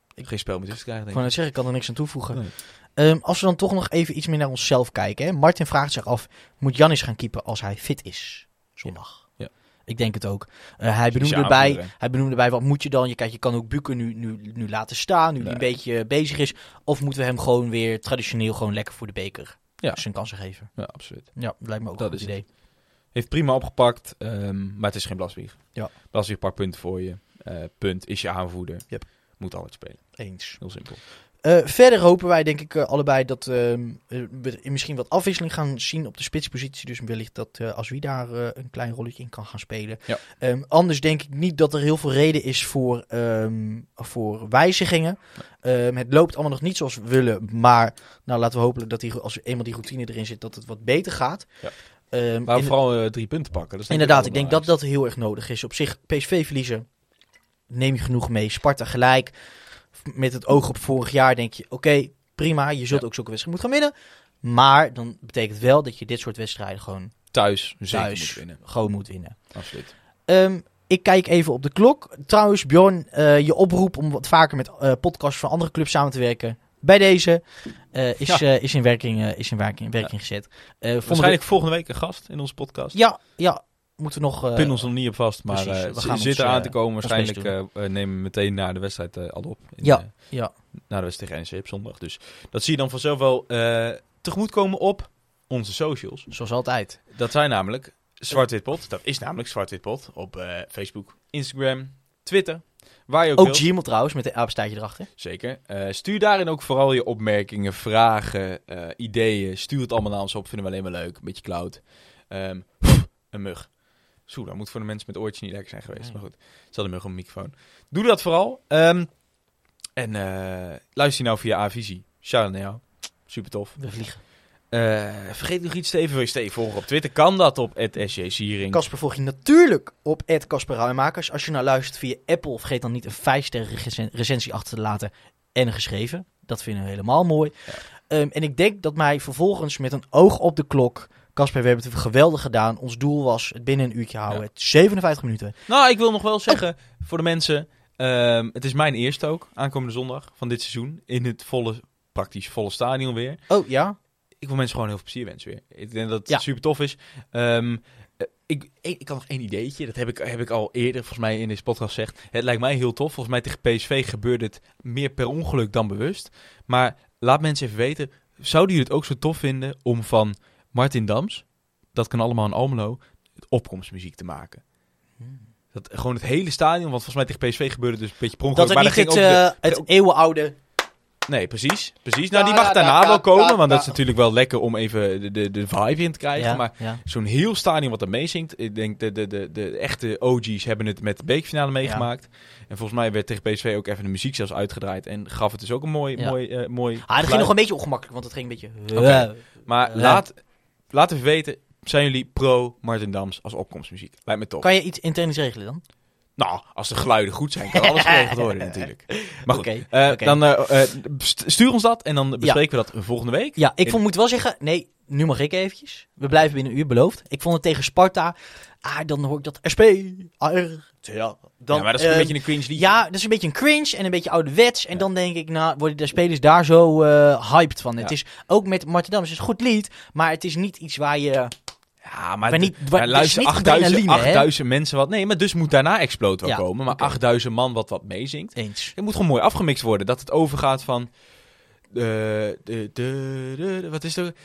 Geen spel meer tussen te krijgen, Ik denk kan ik. net zeggen, ik kan er niks aan toevoegen. Nee. Als we dan toch nog even iets meer naar onszelf kijken. Hè? Martin vraagt zich af, moet Giannis gaan keepen als hij fit is? Zondag. Ja. Ik denk het ook. Hij Dus je benoemde erbij, wat moet je dan? Je kan ook Buken nu laten staan, nu hij een beetje bezig is. Of moeten we hem gewoon weer traditioneel gewoon lekker voor de beker zijn kansen geven? Ja, absoluut. Ja, dat lijkt me ook Dat een goed is idee. Heeft prima opgepakt, maar het is geen Blaswieg. Ja. Blaswieg pakt punten voor je. Punt is je aanvoerder. Yep. Moet altijd spelen. Eens. Heel simpel. Verder hopen wij denk ik allebei dat we misschien wat afwisseling gaan zien op de spitspositie. Dus wellicht dat Azwi daar een klein rolletje in kan gaan spelen. Ja. Anders denk ik niet dat er heel veel reden is voor wijzigingen. Het loopt allemaal nog niet zoals we willen. Maar nou, laten we hopen dat als eenmaal die routine erin zit, dat het wat beter gaat. Ja. Maar vooral 3 punten pakken. Dat is Inderdaad, ik denk dat dat heel erg nodig is. Op zich, PSV verliezen, neem je genoeg mee. Sparta gelijk. Met het oog op vorig jaar denk je, oké, prima. Je zult ook zulke wedstrijden moeten gaan winnen. Maar dan betekent wel dat je dit soort wedstrijden gewoon thuis moet winnen. Gewoon moet winnen. Absoluut. Ik kijk even op de klok. Trouwens, Bjorn, je oproep om wat vaker met podcasts van andere clubs samen te werken. Bij deze is in werking gezet. Waarschijnlijk volgende week een gast in onze podcast. Ja. Moeten we nog... Pin ons nog niet op vast, maar we zit er aan te komen. Waarschijnlijk nemen we meteen na de wedstrijd al op. Ja. Na de wedstrijd tegen NEC op zondag. Dus dat zie je dan vanzelf wel tegemoetkomen op onze socials. Zoals altijd. Dat zijn namelijk Zwart-Wit-Pot. Dat is namelijk Zwart-Wit-Pot op Facebook, Instagram, Twitter. Waar je ook wilt. Gmail trouwens, met een apenstaartje erachter. Zeker. Stuur daarin ook vooral je opmerkingen, vragen, ideeën. Stuur het allemaal naar ons op. Vinden we alleen maar leuk. Een beetje cloud. Een mug. Zo, dat moet voor de mensen met oortjes niet lekker zijn geweest. Nee. Maar goed, het zal de mug op een microfoon. Doe dat vooral. En luister je nou via A-Visie. Shout-out naar jou. Super tof. We vliegen. Vergeet nog iets, Steven. Steven volgen op Twitter. Kan dat op @sjsiering. Kasper volg je natuurlijk op @KasperRuimakers. Als je nou luistert via Apple, vergeet dan niet een 5-sterren recensie achter te laten. En een geschreven. Dat vinden we helemaal mooi. Ja. En ik denk dat mij vervolgens met een oog op de klok... Kasper, we hebben het geweldig gedaan. Ons doel was het binnen een uurtje houden. Ja. 57 minuten. Nou, ik wil nog wel zeggen voor de mensen... het is mijn eerste ook, aankomende zondag van dit seizoen. In het praktisch volle stadion weer. Oh, ja? Ik wil mensen gewoon heel veel plezier wensen weer. Ik denk dat het super tof is. Ik had nog één ideetje. Dat heb ik al eerder volgens mij in deze podcast gezegd. Het lijkt mij heel tof. Volgens mij tegen PSV gebeurde het meer per ongeluk dan bewust. Maar laat mensen even weten. Zouden jullie het ook zo tof vinden om van Martin Dams, dat kan allemaal in Almelo, opkomstmuziek te maken? Dat gewoon het hele stadion, want volgens mij tegen PSV gebeurde dus een beetje per ongeluk. Dat het niet het eeuwenoude... Nee, precies. Nou, die mag daarna wel komen, want dat is natuurlijk wel lekker om even de vibe in te krijgen. Maar zo'n heel stadion wat er meezingt, ik denk de echte OG's hebben het met de bekerfinale meegemaakt. En volgens mij werd tegen PSV ook even de muziek zelfs uitgedraaid en gaf het dus ook een mooi het ging nog een beetje ongemakkelijk, want het ging een beetje... Okay. Maar laat even weten, zijn jullie pro Martin Dams als opkomstmuziek? Lijkt me tof. Kan je iets internisch regelen dan? Nou, als de geluiden goed zijn, kan alles geregeld worden natuurlijk. Maar goed, dan stuur ons dat en dan bespreken we dat volgende week. Ja, moet wel zeggen, nee, nu mag ik eventjes. We blijven binnen een uur, beloofd. Ik vond het tegen Sparta, dan hoor ik dat SP. Maar dat is een beetje een cringe liedje. Ja, dat is een beetje een cringe en een beetje ouderwets. En dan denk ik, worden de spelers daar zo hyped van. Ja. Het is ook met Martin Dams, het is een goed lied, maar het is niet iets waar je... Ja, maar luister 8000 mensen wat... Nee, maar dus moet daarna Explode wel komen. Maar 8000 man wat meezingt. Eens. Het moet gewoon mooi afgemixt worden. Dat het overgaat van... wat is er?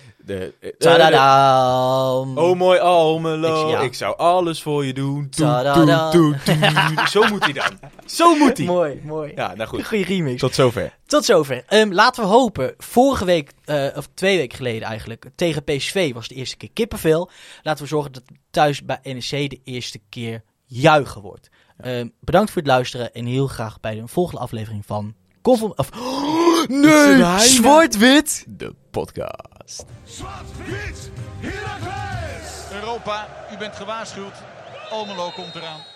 Oh mooi Almelo, ik zou alles voor je doen. Zo moet hij dan. Zo moet hij. Mooi. Ja, nou goed. Goeie remix. Tot zover. Laten we hopen. Vorige week, of 2 weken geleden eigenlijk, tegen PSV was de eerste keer kippenvel. Laten we zorgen dat thuis bij NEC de eerste keer juichen wordt. Bedankt voor het luisteren en heel graag bij de volgende aflevering van... Zwart-Wit! De podcast. Zwart-Wit, Heracles! Europa, u bent gewaarschuwd. Almelo komt eraan.